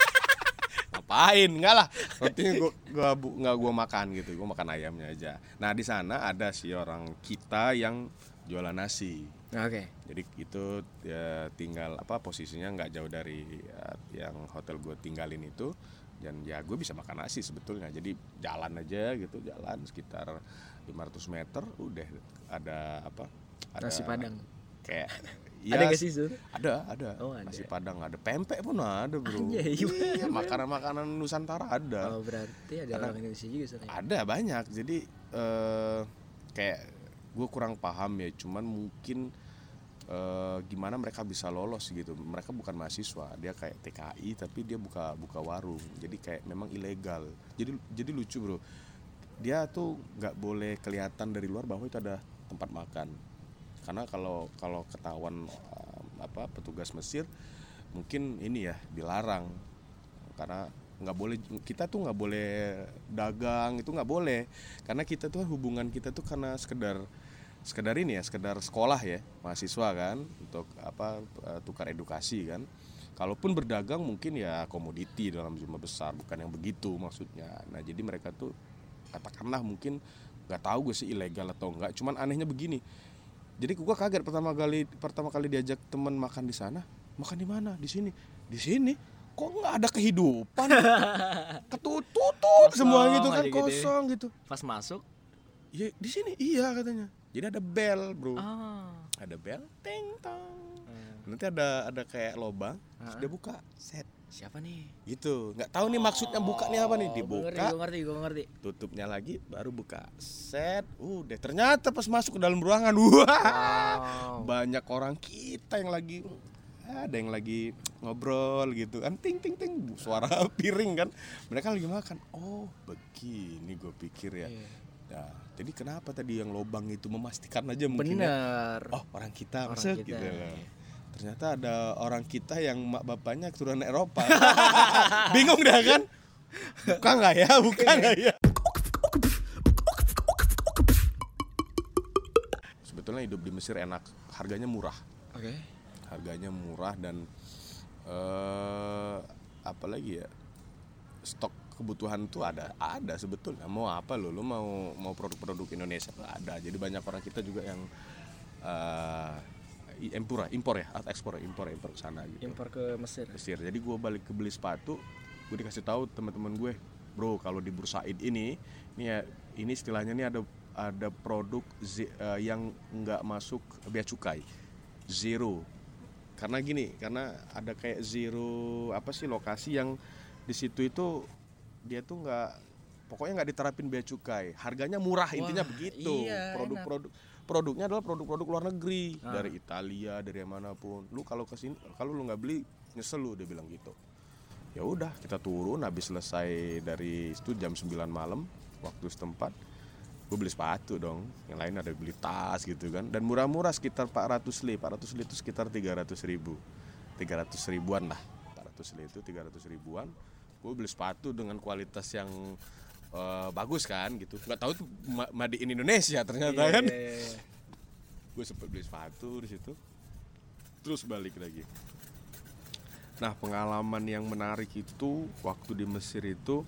Ngapain? Enggak lah. Rotinya gue gue nggak gue makan gitu, gue makan ayamnya aja. Nah di sana ada sih orang kita yang jualan nasi. Oke. Okay. Jadi itu ya, tinggal apa posisinya nggak jauh dari ya, yang hotel gue tinggalin itu. Dan ya gue bisa makan nasi sebetulnya, jadi jalan aja gitu, jalan sekitar lima ratus meter udah ada apa, ada nasi padang kayak ya, ada gak sih itu? ada ada oh, ada nasi padang, ada pempek pun ada bro. Anjay, iya, makanan-makanan Nusantara ada. Oh berarti ada. Karena orang Indonesia juga sana. Ada banyak, jadi eh, kayak gue kurang paham ya, cuman mungkin Uh, gimana mereka bisa lolos gitu. Mereka bukan mahasiswa, dia kayak T K I tapi dia buka buka warung, jadi kayak memang ilegal. Jadi jadi lucu bro, dia tuh nggak boleh kelihatan dari luar bahwa itu ada tempat makan, karena kalau kalau ketahuan uh, apa petugas Mesir mungkin ini ya dilarang karena nggak boleh, kita tuh nggak boleh dagang, itu nggak boleh karena kita tuh hubungan kita tuh karena sekedar sekedar ini ya, sekedar sekolah ya, mahasiswa kan, untuk apa, tukar edukasi kan. Kalaupun berdagang mungkin ya komoditi dalam jumlah besar, bukan yang begitu maksudnya. Nah jadi mereka tuh katakanlah mungkin nggak tahu gue sih ilegal atau enggak, cuman anehnya begini. Jadi gue kaget pertama kali pertama kali diajak teman makan di sana. Makan di mana? Di sini. Di sini kok nggak ada kehidupan, ketutup semua gitu kan, kosong gitu. Pas masuk, ya di sini iya katanya. Jadi ada bel bro, oh. ada bel, ting tong. Hmm. Nanti ada ada kayak lobang, uh-huh. Terus dia buka, set. Siapa nih? Gitu, nggak tahu nih maksudnya buka nih apa nih, dibuka. Gue ngerti, gue ngerti. Tutupnya lagi, baru buka, set. Udah, ternyata pas masuk ke dalam ruangan, wah, wow. Banyak orang kita yang lagi ada yang lagi ngobrol gitu kan, ting ting ting, suara piring kan, mereka lagi makan. Oh begini gue pikir ya. Nah, jadi kenapa tadi yang lobang itu memastikan aja mungkin ya, oh orang kita orang masuk kita. Gitu. Ternyata ada orang kita yang mak bapaknya keturunan Eropa. Bingung dah kan, buka nggak ya, buka nggak ya. Sebetulnya hidup di Mesir enak, harganya murah. Oke. Okay. Harganya murah dan uh, apalagi ya, stok kebutuhan tuh ada ada sebetulnya. Mau apa lo lo mau mau produk-produk Indonesia tuh ada. Jadi banyak orang kita juga yang uh, impor impor ya atau ekspor impor impor ke sana gitu. Impor ke Mesir. Mesir. Jadi gue balik ke beli sepatu, gue dikasih tahu teman-teman gue, bro kalau di Bursa Said ini ini ya ini istilahnya nih ada ada produk z, uh, yang nggak masuk bea cukai, zero. Karena gini, karena ada kayak zero apa sih lokasi yang di situ itu dia tuh nggak, pokoknya nggak diterapin bea cukai, harganya murah. Wah, intinya begitu. Iya, produk-produk enak. Produknya adalah produk-produk luar negeri, ah. Dari Italia, dari manapun. Lu kalau kesini, kalau lu nggak beli nyesel lu, dia bilang gitu. Ya udah kita turun, habis selesai dari itu jam sembilan malam waktu setempat. Gue beli sepatu dong, yang lain ada beli tas gitu kan, dan murah-murah sekitar empat ratus li, empat ratus li itu sekitar tiga ratus ribu, tiga ratus ribuan lah, empat ratus li itu tiga ratus ribuan. Gue beli sepatu dengan kualitas yang uh, bagus kan gitu, nggak tahu tuh made in Indonesia ternyata yeah, kan. Yeah, yeah. Gue sempet beli sepatu di situ, terus balik lagi. Nah pengalaman yang menarik itu waktu di Mesir itu.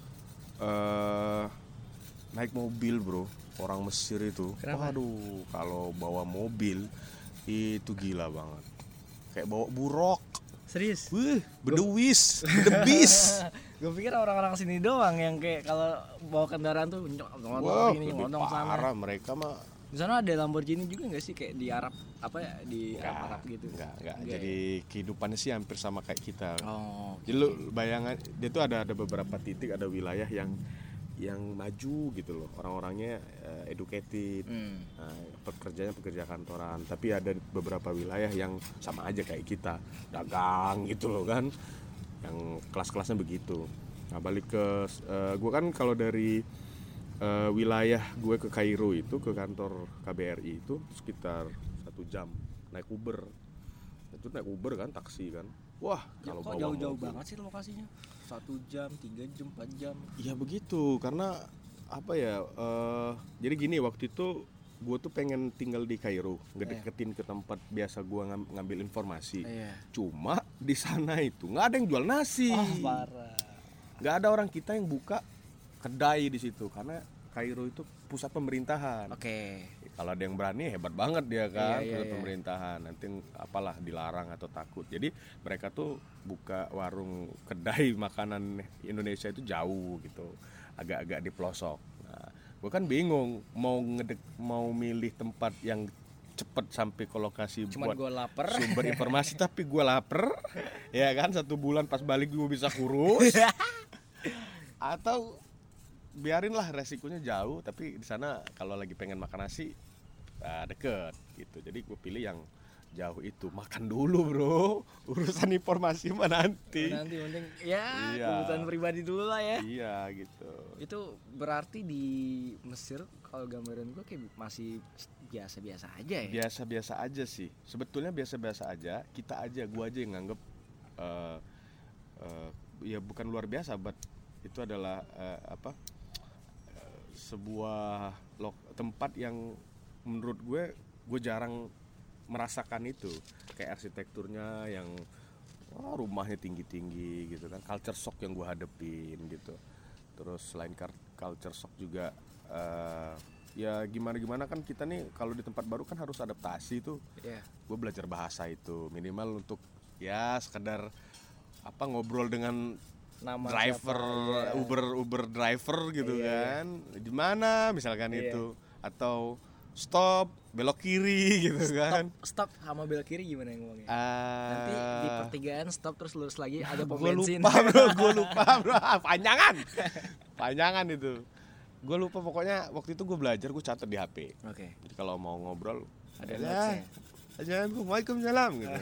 Uh, naik mobil bro, orang Mesir itu. Kenapa? Waduh, kalau bawa mobil itu gila banget, kayak bawa buruk. Serius? Wih, beduis, bedebis. Gue pikir orang-orang sini doang yang kayak kalau bawa kendaraan tuh nyodong ini, nyodong sana. Parah mereka mah. Di sana ada Lamborghini juga nggak sih, kayak di Arab apa ya, di enggak, Arab gitu? Enggak, enggak. Jadi ya. Kehidupannya sih hampir sama kayak kita. Oh. Jadi lu bayangan, dia tuh ada ada beberapa titik, ada wilayah yang yang maju gitu loh, orang-orangnya uh, educated, hmm. uh, pekerjaannya pekerja kantoran, tapi ada beberapa wilayah yang sama aja kayak kita, dagang gitu loh kan, yang kelas-kelasnya begitu. Nah balik ke, uh, gue kan kalau dari uh, wilayah gue ke Kairo itu, ke kantor K B R I itu sekitar satu jam, naik Uber, itu naik Uber kan, taksi kan. Wah, ya, kalau bawa jauh-jauh mobil banget sih lokasinya. Satu jam, tiga jam, empat jam. Iya begitu, karena apa ya? Uh, jadi gini, waktu itu gue tuh pengen tinggal di Kairo, ngedeketin yeah. ke tempat biasa gue ng- ngambil informasi. Yeah. Cuma di sana itu nggak ada yang jual nasi. Oh parah. Nggak ada orang kita yang buka kedai di situ, karena Kairo itu pusat pemerintahan. Oke. Okay. Kalau ada yang berani hebat banget dia kan, yeah, yeah, pusat yeah. pemerintahan. Nanti apalah dilarang atau takut. Jadi mereka tuh buka warung kedai makanan Indonesia itu jauh gitu, agak-agak di pelosok. Nah, gue kan bingung mau ngedek, mau milih tempat yang cepet sampai ke lokasi. Cuman buat lapar. Sumber informasi tapi gue lapar, ya kan, satu bulan pas balik gue bisa kurus. Atau biarin lah resikonya jauh, tapi di sana kalau lagi pengen makan nasi uh, deket gitu. Jadi gue pilih yang jauh itu. Makan dulu bro, urusan informasi mah nanti. Nanti penting ya, iya. Kebutuhan pribadi dulu lah ya. Iya gitu. Itu berarti di Mesir kalau gambaran gue kayak masih biasa-biasa aja ya. Biasa-biasa aja sih. Sebetulnya biasa-biasa aja. Kita aja, gue aja yang nganggep uh, uh, ya bukan luar biasa, but itu adalah uh, apa uh, sebuah lo- tempat yang menurut gue gue jarang merasakan itu, kayak arsitekturnya yang oh, rumahnya tinggi-tinggi gitu kan, culture shock yang gue hadepin gitu. Terus selain culture shock juga uh, ya gimana-gimana kan kita nih kalau di tempat baru kan harus adaptasi tuh. Yeah. Gue belajar bahasa itu minimal untuk ya sekedar apa ngobrol dengan Nama driver siapa, ya. Uber Uber driver gitu Iya, kan. Di mana misalkan Iya. itu, atau stop belok kiri gitu kan. Stop, stop sama belok kiri gimana yang ngomongnya? Uh, Nanti di pertigaan stop terus lurus lagi ada pom gue bensin. lupa bro, gue lupa bro, panjangan, panjangan itu. Gue lupa pokoknya waktu itu gue belajar, gue catat di H P. Oke. Okay. Jadi kalau mau ngobrol Ada ya, notes-nya. Assalamualaikum, waalaikumsalam gitu.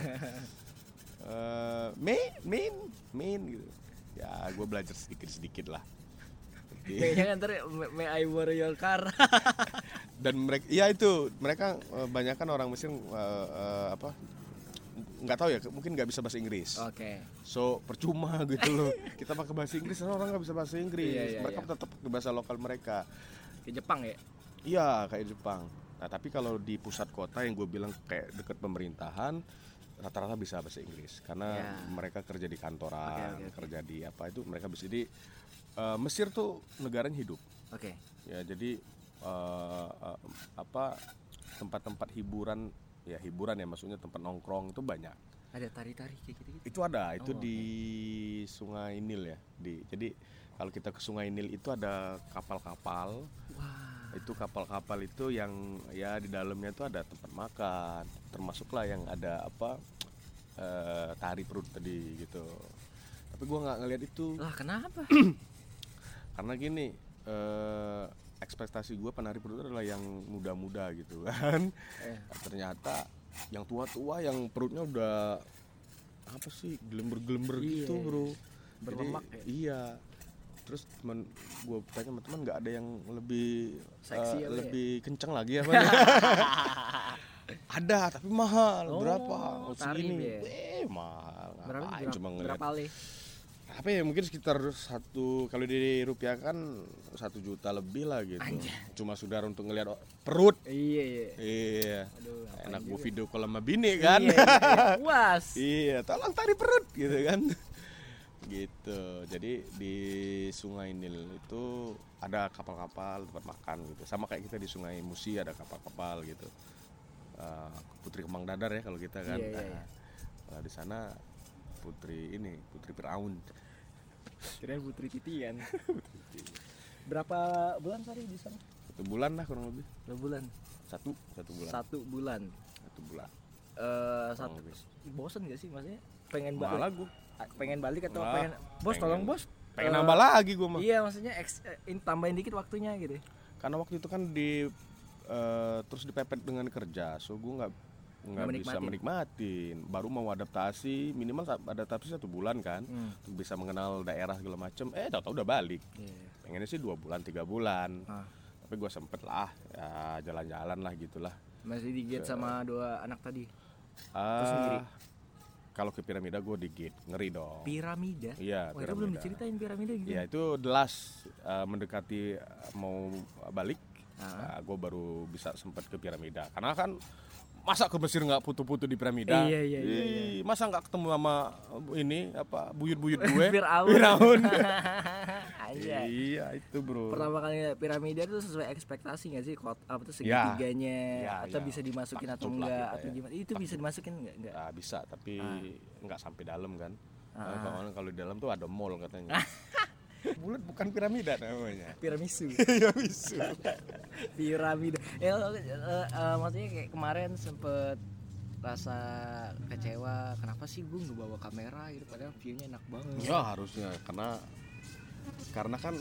uh, main, main, main gitu. Ya gue belajar sedikit-sedikit lah. Kayaknya ntar may I borrow your car. Dan mereka, ya itu mereka banyak kan orang Mesir uh, uh, apa nggak tahu ya, mungkin nggak bisa bahasa Inggris. Oke. Okay. So percuma gitu loh. Kita pakai bahasa Inggris, orang nggak bisa bahasa Inggris. Iya, iya, mereka iya. tetap pakai bahasa lokal mereka. Ke Jepang ya? Iya kayak Jepang. Nah tapi kalau di pusat kota yang gue bilang kayak dekat pemerintahan, rata-rata bisa bahasa Inggris karena Ya. mereka kerja di kantoran, Oke, oke, oke. kerja di apa itu mereka bisa. Jadi uh, Mesir tuh negaranya hidup. Oke. Okay. Ya jadi uh, uh, apa tempat-tempat hiburan, ya hiburan ya maksudnya tempat nongkrong itu banyak. Ada tari-tari kayak gitu. Itu ada, itu Oh, di Sungai Nil ya. Di jadi kalau kita ke Sungai Nil itu ada kapal-kapal. Wah. Itu kapal-kapal itu yang ya di dalamnya itu ada tempat makan, termasuklah yang ada apa uh, tari perut tadi gitu. Tapi gua nggak ngeliat itu. Lah kenapa? Karena gini, eh, ekspektasi gue penari perut adalah yang muda-muda gitu kan. Eh. Ternyata yang tua-tua yang perutnya udah apa sih, gelember-gelember Iya, gitu bro. berlemak Jadi, ya? Iya. Terus teman gue tanya sama teman, nggak ada yang lebih Seksi eh, apa ya? lebih kenceng lagi apa? Ada tapi mahal. Oh, Berapa? Oh, tarif segini. ya? Eh mahal. Berapa? Ngapain Berapa, cuma ngeliat berapa kali? apa ya, mungkin sekitar satu, kalau di rupiah kan satu juta lebih lah gitu. Anjay. Cuma saudara untuk ngelihat perut. Iya iya. Iya. Aduh, ngapain Enak gue juga. video call sama bini kan. Iya, iya, iya. Puas. Iya, tolong tari perut gitu kan. Gitu. Jadi di Sungai Nil itu ada kapal-kapal tempat makan gitu. Sama kayak kita di Sungai Musi ada kapal-kapal gitu. Uh, Putri Kemang Dadar ya kalau kita kan. Iya, iya, iya. Nah, di sana Putri ini, Putri Firaun. Kirain Putri Titian. Berapa bulan sorry di sana? Satu bulan lah kurang lebih. Dua bulan. Satu, satu bulan. Satu bulan. Satu bulan. Eh Kurang satu. lebih. Bosen gak sih maksudnya? Pengen Malah balik? gue Pengen balik atau Wah, pengen? Bos pengen. tolong bos. pengen Eh, nambah lagi gue mah. Iya maksudnya eks, eh, in- tambahin dikit waktunya gitu. Karena waktu itu kan di eh, terus dipepet dengan kerja, so gue nggak nggak Nggak bisa menikmatin. Baru mau adaptasi, minimal sa- adaptasi satu bulan kan, Hmm. untuk bisa mengenal daerah segala macem. Eh, tahu-tahu udah balik. Iya. Pengennya sih dua bulan, tiga bulan. Ah. Tapi gue sempet lah, ya jalan-jalan lah gitulah. Masih digigit sama dua anak tadi. Ah, sendiri? Kalau ke piramida gue digit, ngeri dong. Piramida. Iya, Wah, itu belum piramida. diceritain piramida gitu. Ya itu the last uh, mendekati uh, mau balik, Ah. gue baru bisa sempat ke piramida. Karena kan masa ke Mesir nggak putu-putu di piramida? Iya, iya, iya, Ih, masa nggak ketemu sama uh, ini apa buyut-buyut gue? Firaun. Firaun. Aja. Iya itu bro. Pertama kali piramida itu sesuai ekspektasi nggak sih? Kot apa tuh Ya. segitiganya Ya, atau ya. bisa dimasukin atau Takjub lah enggak kita atau ya. gimana? Itu bisa dimasukin enggak? Enggak. Ah, bisa tapi Ah. nggak sampai dalam kan? Ah. Nah, kalau- kalau di dalam tuh ada mall katanya. Bulat bukan piramida namanya. Piramisu. Tiramisu. Piramida. Ya eh, eh, maksudnya kayak kemarin sempet rasa kecewa kenapa sih gue nggak bawa kamera gitu padahal view-nya enak banget. Ya harusnya karena karena kan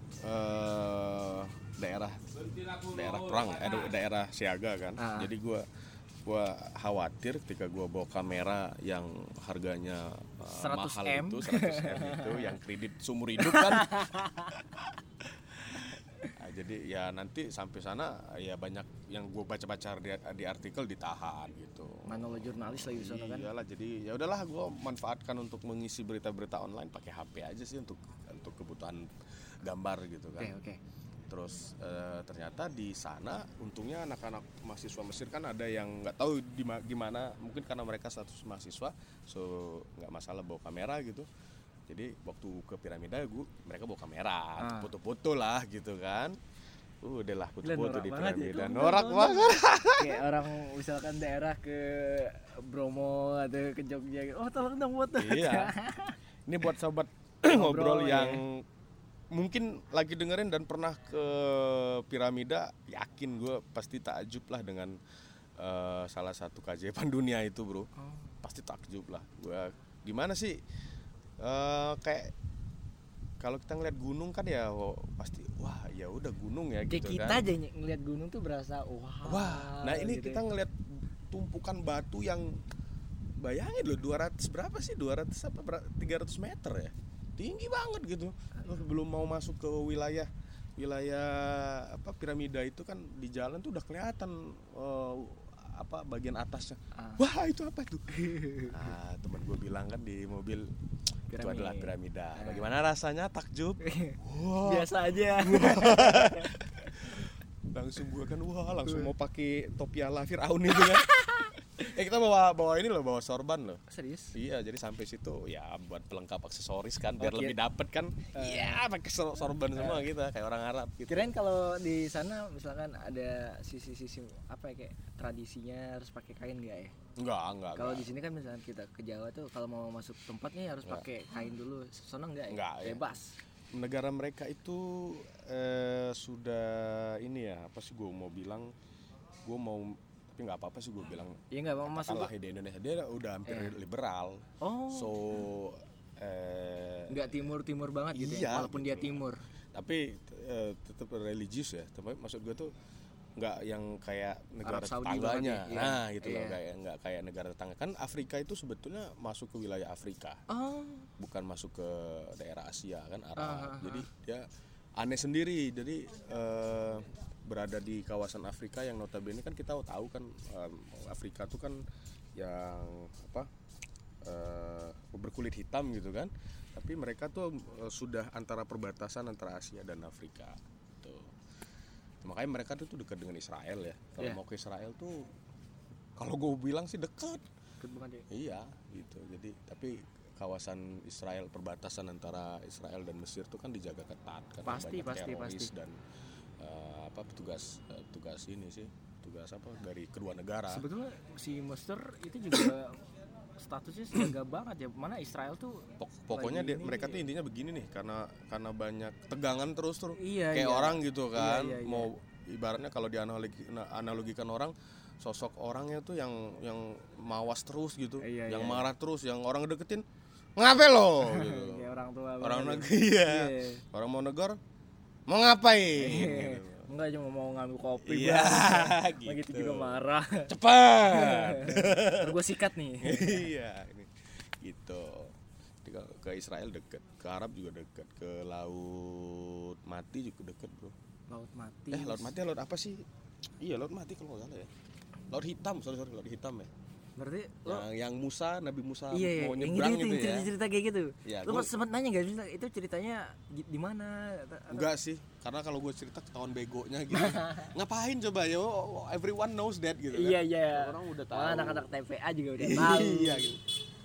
eh, daerah daerah perang, eh, daerah siaga kan. Ah. Jadi gua gua khawatir ketika gua bawa kamera yang harganya eh, seratus mahal M. itu seratus M itu yang kredit seumur hidup kan. jadi ya nanti sampai sana ya banyak yang gue baca-baca di, di artikel ditahan gitu. Mana lo jurnalis lagi di sana kan? Iyalah, jadi ya udahlah gue manfaatkan untuk mengisi berita-berita online pakai H P aja sih untuk untuk kebutuhan gambar gitu kan. Oke okay, oke. Okay. Terus eh, ternyata di sana untungnya anak-anak mahasiswa Mesir kan ada yang nggak tahu di gimana, mungkin karena mereka status mahasiswa, so nggak masalah bawa kamera gitu. Jadi waktu ke piramida gue mereka bawa kamera, ah. foto-foto lah gitu kan. Uh, udah lah foto-foto di piramida. Norak banget. Kayak orang misalkan daerah ke Bromo atau ke Jogja gitu. Oh, tolong dong foto. Iya. Ini buat sobat ngobrol yang ya. Mungkin lagi dengerin dan pernah ke piramida, yakin gue pasti takjub lah dengan uh, salah satu keajaiban dunia itu, bro. Oh. Pasti takjub lah. Gue gimana sih? Uh, kayak kalau kita ngeliat gunung kan ya oh, pasti wah ya udah gunung ya kayak gitu kita kan. Kita aja ngeliat gunung tuh berasa wah. Wah, nah ini gitu kita ngeliat tumpukan batu yang bayangin loh dua ratus berapa sih? dua ratus apa tiga ratus meter ya. Tinggi banget gitu. Loh, belum mau masuk ke wilayah wilayah apa piramida itu kan di jalan tuh udah kelihatan uh, apa bagian atasnya. Ah. Wah, itu apa tuh? Nah, teman gue bilang kan di mobil Piramid. Itu adalah piramida. Ah. Bagaimana rasanya takjub? Wah. Biasa aja. Langsung gue kan wah langsung mau pakai topi ala Firaun itu kan. Eh kita bawa bawa ini loh, bawa sorban loh. Serius? Iya, jadi sampai situ ya buat pelengkap aksesoris kan biar okay. lebih dapet kan. Iya, uh, pakai sorban uh, semua kita kayak orang Arab gitu. Kirain kalau di sana misalkan ada sisi-sisi apa ya kayak tradisinya harus pakai kain enggak ya? Enggak, enggak. Kalau di sini kan misalkan kita ke Jawa tuh kalau mau masuk tempat nih harus pakai kain dulu. Sana enggak ya? Enggak, bebas. Ya. Negara mereka itu eh, sudah ini ya, apa sih gue mau bilang, gue mau tapi nggak apa-apa sih gue bilang. Iya nggak mau masuk lah di Indonesia dia udah hampir eh. liberal. Oh. So eh, nggak timur-timur banget gitu iya, ya, walaupun gitu. Dia timur. Tapi eh, tetap religius ya. Tapi maksud gue tuh nggak yang kayak negara tetangganya. Ya. Nah gitu iya. loh kayak nggak kayak negara tetangga. Kan Afrika itu sebetulnya masuk ke wilayah Afrika. Oh. Bukan masuk ke daerah Asia kan Arab. Uh-huh. Jadi dia aneh sendiri. Jadi eh, berada di kawasan Afrika yang notabene kan kita tahu kan um, Afrika tuh kan yang apa uh, berkulit hitam gitu kan, tapi mereka tuh uh, sudah antara perbatasan antara Asia dan Afrika tuh. Makanya mereka tuh dekat dengan Israel ya. Kalau yeah. mau ke Israel tuh kalau gue bilang sih dekat. Dekat banget ya. Iya gitu. Jadi tapi kawasan Israel, perbatasan antara Israel dan Mesir tuh kan dijaga ketat karena pasti, banyak pasti, teroris pasti. dan Uh, apa petugas uh, tugas ini sih tugas apa dari kedua negara. Sebetulnya si Mesir itu juga statusnya siaga banget ya, mana Israel tuh Pok- pokoknya dia, mereka tuh intinya begini nih karena karena banyak tegangan terus terus iya, kayak iya. orang gitu kan iya, iya, iya. mau ibaratnya kalau dianalogikan orang sosok orangnya tuh yang yang mawas terus gitu iya, yang iya. marah terus yang orang deketin ngapain lo gitu. Kayak orang tua orang negeri ya iya. orang mau negor mau ngapain? Gitu. Enggak cuma mau ngambil kopi iya, gitu. Begitu juga marah. Cepat. Terus gue sikat nih. Iya, ini gitu. Ke, ke Israel deket, ke Arab juga deket, ke Laut Mati juga deket bro. Laut Mati. Eh Laut Mati laut apa sih? Iya Laut Mati kalau nggak salah ya. Laut Hitam, sorry sorry Laut Hitam ya. Berarti lo yang, yang Musa, Nabi Musa iya, mau iya, nyebrang gitu cerita, ya. Cerita kayak gitu. Ya, lo gua... sempat nanya enggak cerita itu ceritanya di mana? Enggak sih, karena kalau gue cerita ketahuan begonya gitu. Ngapain coba ya? Everyone knows that gitu kan. Iya, iya. Orang udah tahu. Oh, anak-anak T V A juga udah tahu. Iya gitu.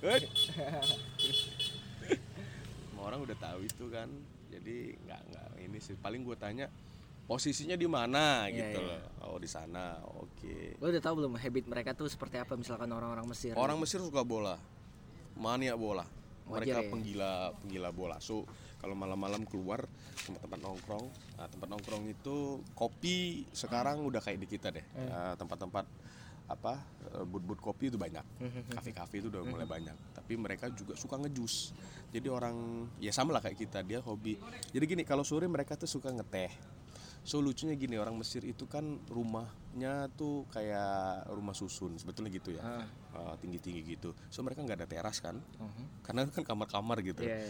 Semua orang udah tahu itu kan. Jadi enggak enggak ini sih paling gue tanya posisinya di mana yeah, gitu yeah. loh. Oh di sana. Oke. Okay. Lo udah tahu belum habit mereka tuh seperti apa misalkan orang-orang Mesir? Orang Mesir suka bola. Mania bola. Mereka Wajar, ya? penggila penggila bola. So kalau malam-malam keluar tempat-tempat nongkrong. Nah, tempat nongkrong itu kopi sekarang udah kayak di kita deh. Hmm. Uh, tempat-tempat apa but-but kopi itu banyak. Kafe-kafe itu udah mulai banyak. Tapi mereka juga suka ngejus. Jadi orang ya sama lah kayak kita, dia hobi. Jadi gini, kalau sore mereka tuh suka ngeteh. So lucunya gini, orang Mesir itu kan rumahnya tuh kayak rumah susun sebetulnya gitu ya, uh. Uh, tinggi-tinggi gitu. So mereka nggak ada teras kan, uh-huh. karena kan kamar-kamar gitu. Yeah, yeah.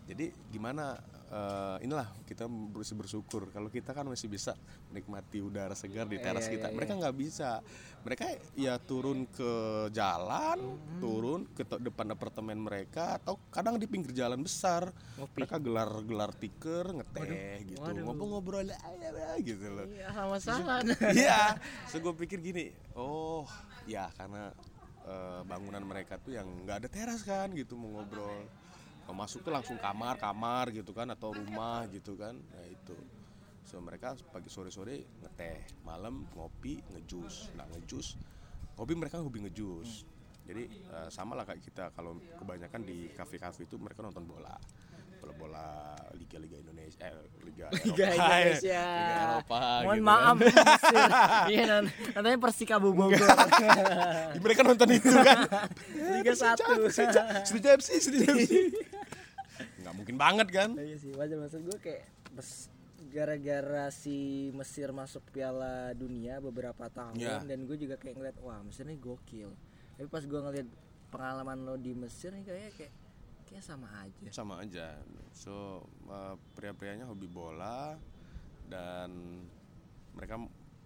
Jadi gimana? Uh, inilah kita berusaha bersyukur kalau kita kan masih bisa menikmati udara segar di teras Iya, kita. iya, Mereka iya. nggak bisa. Mereka ya turun ke jalan, Hmm. turun ke to- depan apartemen mereka atau kadang di pinggir jalan besar. Ngopi. Mereka gelar-gelar tiker, ngeteh gitu, waduh. ngobrol-ngobrol aja gitu loh. Iya, sama-sama. Iya, so gue pikir gini, oh ya karena uh, bangunan mereka tuh yang nggak ada teras kan gitu mau ngobrol. Kalau masuk tuh langsung kamar-kamar gitu kan atau rumah gitu kan, nah itu. So mereka pagi sore-sore ngeteh, malam ngopi, ngejus, nah ngejus, ngopi mereka hobi ngejus. Jadi uh, sama lah kayak kita kalau kebanyakan di kafe-kafe itu mereka nonton bola. Bola-bola Liga-Liga Indonesia, eh Liga Eropa, Liga Indonesia. Liga Eropa. Mohon gitu maaf, kan. Mesir. Iya, nan- namanya Persikabo Bogor. Mereka nonton itu kan. Liga satu. Setuju F C, setuju F C. Nggak mungkin banget kan? Iya sih, wajar maksud gue kayak bes- gara-gara si Mesir masuk Piala Dunia beberapa tahun Ya. dan gue juga kayak ngeliat wah Mesir ini gokil. Tapi pas gue ngeliat pengalaman lo di Mesir nih kayaknya kayak kayak sama aja. Sama aja. So uh, pria-prianya hobi bola dan mereka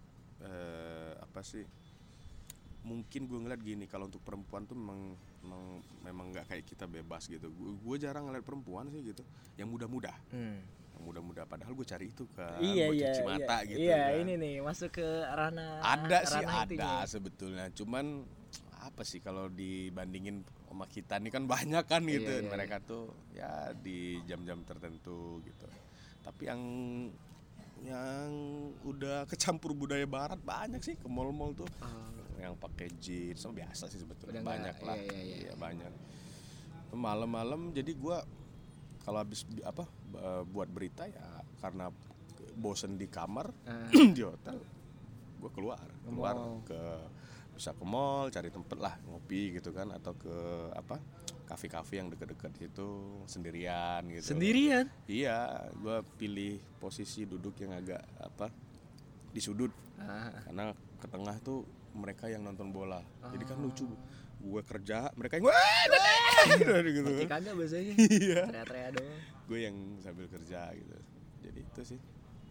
uh, apa sih? Mungkin gue ngeliat gini, kalau untuk perempuan tuh memang memang memang nggak kayak kita bebas gitu. Gue jarang ngeliat perempuan sih gitu yang muda-muda. Hmm. Yang muda-muda padahal gue cari itu kan Iya buat iya cuci mata iya, gitu iya kan. ini nih masuk ke ranah Ada sih ranah ada itunya. sebetulnya, cuman apa sih kalau dibandingin sama kita nih kan banyak kan gitu. Iya, iya, mereka tuh ya di jam-jam tertentu gitu. Tapi yang yang udah kecampur budaya barat banyak sih, ke mall-mall tuh Oh. yang pakai jeans, sama biasa sih sebetulnya. Udah Banyak nggak, lah. iya, iya, iya. Iya, banyak. Malam-malam jadi gua kalau habis bi- apa b- buat berita ya karena bosen di kamar Ah. di hotel, gua keluar Ke keluar mall. ke bisa ke mall cari tempat lah ngopi gitu kan, atau ke apa kafe-kafe yang deket-deket situ sendirian gitu. Sendirian? Iya, gua pilih posisi duduk yang agak apa di sudut Ah. karena ke tengah tuh mereka yang nonton bola. Jadi kan Oh. lucu. Gue kerja, mereka yang wah gitu. Ngerti kagak bahasanya? Iya. Teriak-teriak doang. Gue yang sambil kerja gitu. Jadi itu sih.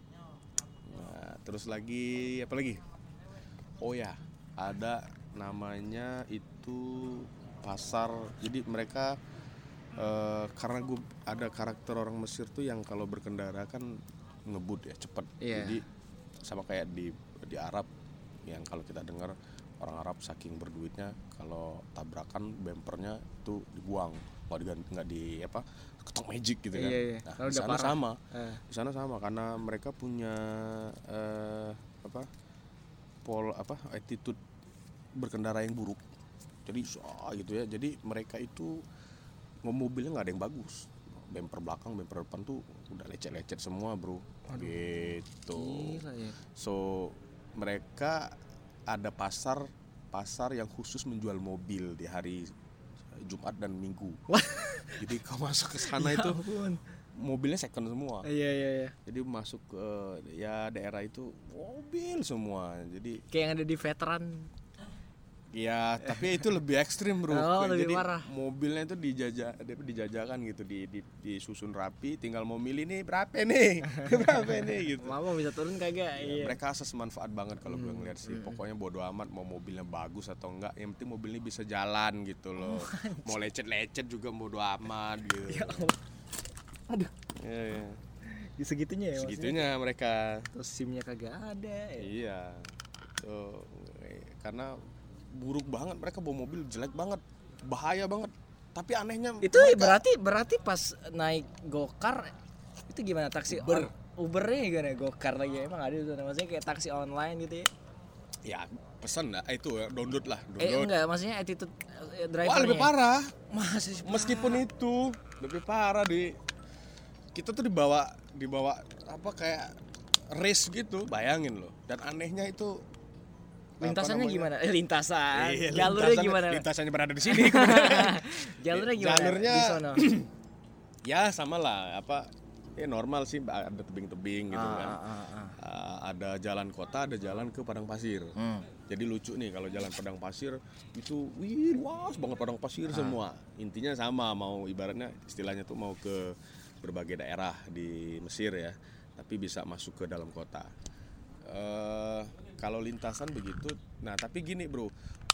Nah, terus lagi apa lagi? Oh ya, ada namanya itu pasar. Jadi mereka eh, karena gue ada karakter orang Mesir tuh yang kalau berkendara kan ngebut ya cepet. Iya. Jadi sama kayak di di Arab yang kalau kita dengar orang Arab saking berduitnya kalau tabrakan bempernya tuh dibuang, nggak diganti, nggak di apa ketok magic gitu kan. Iya, iya. Nah, Kalau di udah sana parah. sama, Eh. di sana sama karena mereka punya eh, apa pol apa attitude berkendara yang buruk. Jadi ah, gitu ya. Jadi mereka itu mobilnya nggak ada yang bagus. Bemper belakang, bemper depan tuh udah lecet-lecet semua bro. Gitu. Gila ya. So mereka ada pasar pasar yang khusus menjual mobil di hari Jumat dan Minggu. Wah. Jadi kalau masuk ke sana Ya itu ampun. mobilnya second semua. Iya iya iya. Jadi masuk ke ya daerah itu mobil semua. Jadi Kayak yang ada di veteran. ya tapi itu lebih ekstrim bro. Oh, lebih Jadi parah. mobilnya itu dijajah, dijajakan gitu, di, di disusun rapi. Tinggal mau milih nih berapa nih, berapa nih gitu. Mama bisa turun kagak? Ya, Iya. mereka asas manfaat banget kalau gue ngeliat sih. Pokoknya bodo amat mau mobilnya bagus atau enggak, yang penting mobilnya bisa jalan gitu loh. Mau lecet-lecet juga bodo amat gitu. Ya Allah. Aduh. Ya, ya. Di segitunya ya. Segitunya mereka. Terus SIM-nya kagak ada. Ya. Iya. So, eh, karena buruk banget, mereka bawa mobil jelek banget, bahaya banget. Tapi anehnya Itu mereka- berarti berarti pas naik gokar itu gimana taksi Uber. on- Ubernya gimana gokar lagi emang ada itu maksudnya kayak taksi online gitu ya? ya pesan lah, eh, itu ya, download lah, Eh download. enggak maksudnya attitude eh, drivernya. Wah lebih parah. Masih sih, Meskipun itu lebih parah di kita tuh dibawa dibawa apa kayak race gitu, bayangin loh. Dan anehnya itu lintasannya apa namanya? gimana? Eh lintasan. Iya, Jalurnya lintasannya- gimana? Lintasannya berada di sini. Jalurnya gimana? Jalurnya Di sono. ya sama lah, apa ya normal sih, ada tebing-tebing gitu Ah, kan. ah, ah, ah. Uh, ada jalan kota, ada jalan ke padang pasir. Hmm. Jadi lucu nih kalau jalan padang pasir itu, wih luas banget padang pasir semua. Intinya sama, mau ibaratnya istilahnya tuh mau ke berbagai daerah di Mesir ya, tapi bisa masuk ke dalam kota. Uh, kalau lintasan begitu, nah tapi gini bro,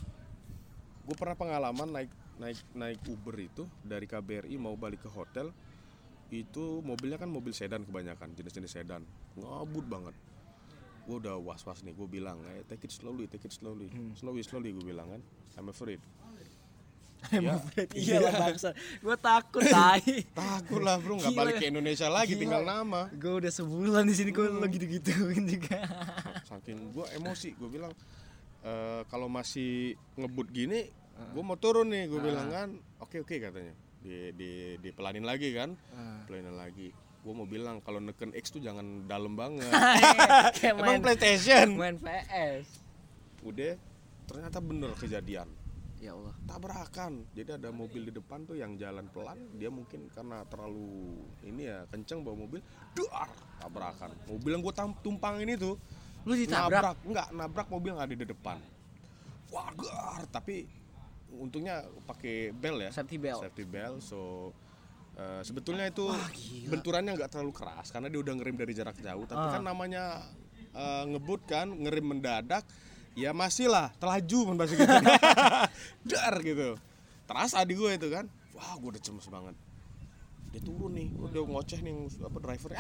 gue pernah pengalaman naik naik naik Uber itu dari K B R I mau balik ke hotel, itu mobilnya kan mobil sedan kebanyakan, jenis-jenis sedan, ngebut banget. Gue udah was-was nih, gue bilang, eh, take it slowly, take it slowly, hmm. slowly, slowly gue bilang kan, I'm afraid. I'm ya, afraid, iya lah bangsa, gue takut tai. Takut lah bro, nggak balik ke Indonesia lagi, gila. Tinggal nama. Gue udah sebulan di sini, gue hmm. lo gitu-gituin juga. Saking gue emosi, gue bilang, e, kalau masih ngebut gini, gue mau turun nih, gue uh. bilang kan, oke oke katanya, di di dipelanin lagi kan, uh. pelanin lagi. Gue mau bilang kalau neken X tuh jangan dalam banget. Emang main, PlayStation, main P S. Udah, ternyata bener kejadian. Ya Allah. Tabrakan. Jadi ada mobil di depan tuh yang jalan pelan, dia mungkin karena terlalu ini ya kenceng bawa mobil, duar, tabrakan. Mobil yang gue tumpang ini tuh, lu ditabrak? Nabrak, enggak, nabrak mobil yang ada di depan. Wah, duar, tapi untungnya pakai bel ya, safety belt. Safety belt, so uh, sebetulnya itu wah, benturannya nggak terlalu keras karena dia udah ngerem dari jarak jauh. Tapi ah. kan namanya uh, ngebut kan, ngerem mendadak, ya masih lah terlaju bahasa gitu. Dar gitu. Terasa di gue itu kan, wah gue udah cemas banget. Dia turun nih, udah ngoceh nih apa drivernya.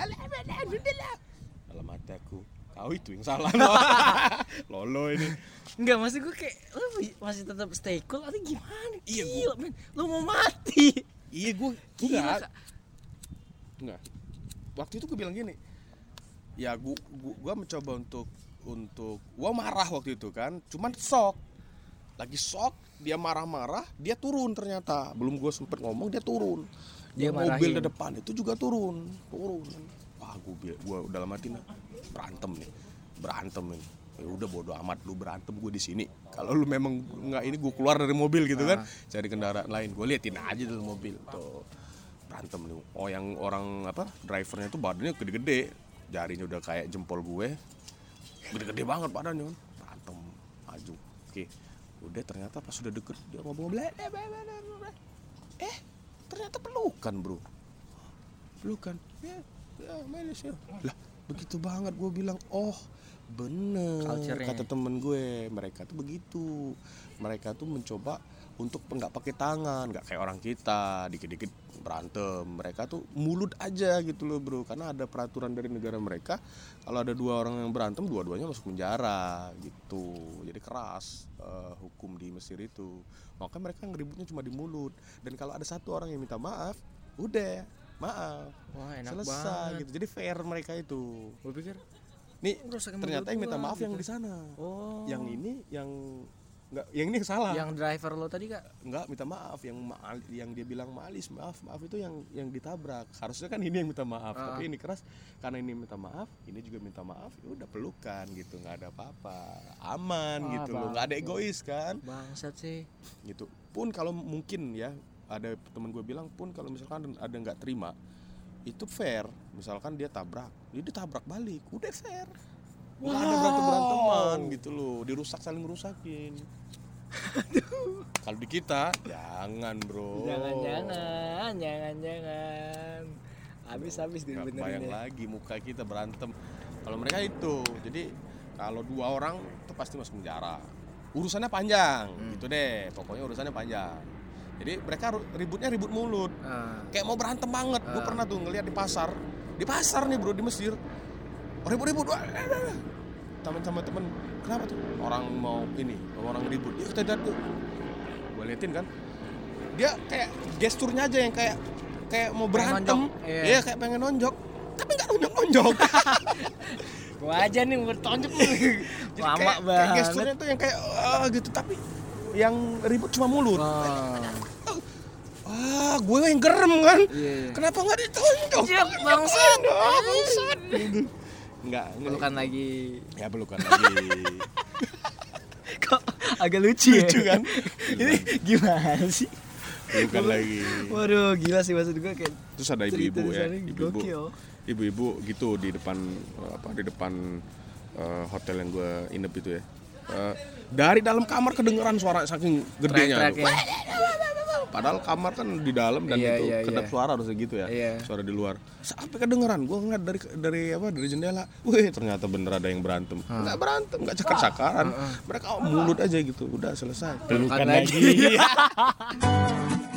Dalam hati aku, kau itu yang salah. Lolo ini. Enggak, maksud gue kayak lu masih tetap stay cool atau gimana? Iya gue, men. Lu mau mati. Iya gue, gue enggak. Enggak. Waktu itu gue bilang gini. Ya gue gue, gue mencoba untuk untuk gue marah waktu itu kan, cuman shock. Lagi shock, dia marah-marah, dia turun ternyata. Belum gue sempet ngomong dia turun. Dia mobil di depan itu juga turun, turun. Wah, gue gue dalam hati nih berantem nih. Berantem nih. Ya udah bodo amat lu berantem, gue di sini. Kalau lu memang nggak ini, gue keluar dari mobil gitu kan, ah. cari kendaraan lain. Gue liatin aja tuh mobil tuh berantem nih. Oh yang orang apa drivernya tuh badannya gede-gede, jarinya udah kayak jempol gue, gede-gede banget badannya kan. Berantem maju. Oke, udah ternyata pas sudah deket dia ngobrol, eh ternyata pelukan bro, pelukan. Ya, ya Malaysia. Lah begitu banget, gue bilang oh bener, culture-nya. Kata temen gue, mereka tuh begitu, mereka tuh mencoba untuk nggak pakai tangan, nggak kayak orang kita dikit-dikit berantem. Mereka tuh mulut aja gitu loh bro, karena ada peraturan dari negara mereka, kalau ada dua orang yang berantem, dua-duanya masuk penjara gitu. Jadi keras uh, hukum di Mesir itu. Makanya mereka ngeributnya cuma di mulut. Dan kalau ada satu orang yang minta maaf, udah maaf, wah, enak selesai banget. Gitu. Jadi fair mereka itu. Gue pikir nih ternyata yang minta maaf gitu. Yang di sana. Oh. Yang ini yang enggak, yang ini salah. Yang driver lo tadi Kak? Enggak, minta maaf. Yang ma- yang dia bilang malis, maaf, maaf itu yang yang ditabrak. Harusnya kan ini yang minta maaf, ah. tapi ini keras karena ini minta maaf, ini juga minta maaf. Ya udah pelukan gitu, enggak ada apa-apa. Aman ah, gitu loh. Enggak ada egois kan? Bangsat sih. Gitu. Pun kalau mungkin ya, ada teman gue bilang pun kalau misalkan ada enggak terima, itu fair. Misalkan dia tabrak, dia ditabrak balik, udah fair. Wow. Nggak ada berantem-beranteman gitu loh, dirusak saling ngerusakin. Kalau di kita, jangan bro. Jangan-jangan, jangan-jangan. Habis-habis dibenerin. Bayang lagi muka kita berantem. Kalau mereka itu, jadi kalau dua orang itu pasti masuk penjara. Urusannya panjang, hmm. gitu deh. Pokoknya urusannya panjang. Jadi mereka ributnya ribut mulut, uh. kayak mau berantem banget. Uh. Gue pernah tuh ngeliat di pasar, di pasar nih bro di Mesir, ribut-ribut, teman-teman temen, kenapa tuh? Orang mau ini, orang ribut, ya kita lihat tuh, gue liatin kan, dia kayak gesturnya aja yang kayak kayak mau berantem, iya yeah. kayak pengen nonjok, tapi nggak nonjok-nonjok. Gue aja nih mau tonjok, lama kayak, banget. Kayak gesturnya tuh yang kayak ah, gitu, tapi yang ribut cuma mulut. Oh. Ah, gue yang gerem kan. Yeah. Kenapa enggak ditonjok? Siap, bangsat. Bangsat. Enggak, pelukan lagi. Ya pelukan lagi. Kok agak lucu, lucu ya? Kan? Ini gimana sih? Pelukan lagi. Waduh, gila sih maksud gue kayak. Terus ada ibu-ibu ya, ibu-ibu. Ibu-ibu gitu di depan apa di depan uh, hotel yang gue inep itu ya. Uh, dari dalam kamar kedengeran suara saking gedenya. Padahal kamar kan di dalam dan Iya, itu iya, kedap iya. suara harusnya gitu ya. Iya. Suara di luar. Sampai kedengeran gue ngeliat dari dari apa dari jendela. Wih, ternyata bener ada yang berantem. Enggak berantem, enggak cakar-cakaran. Mereka mulut aja gitu. Udah selesai. Pelukan lagi. lagi.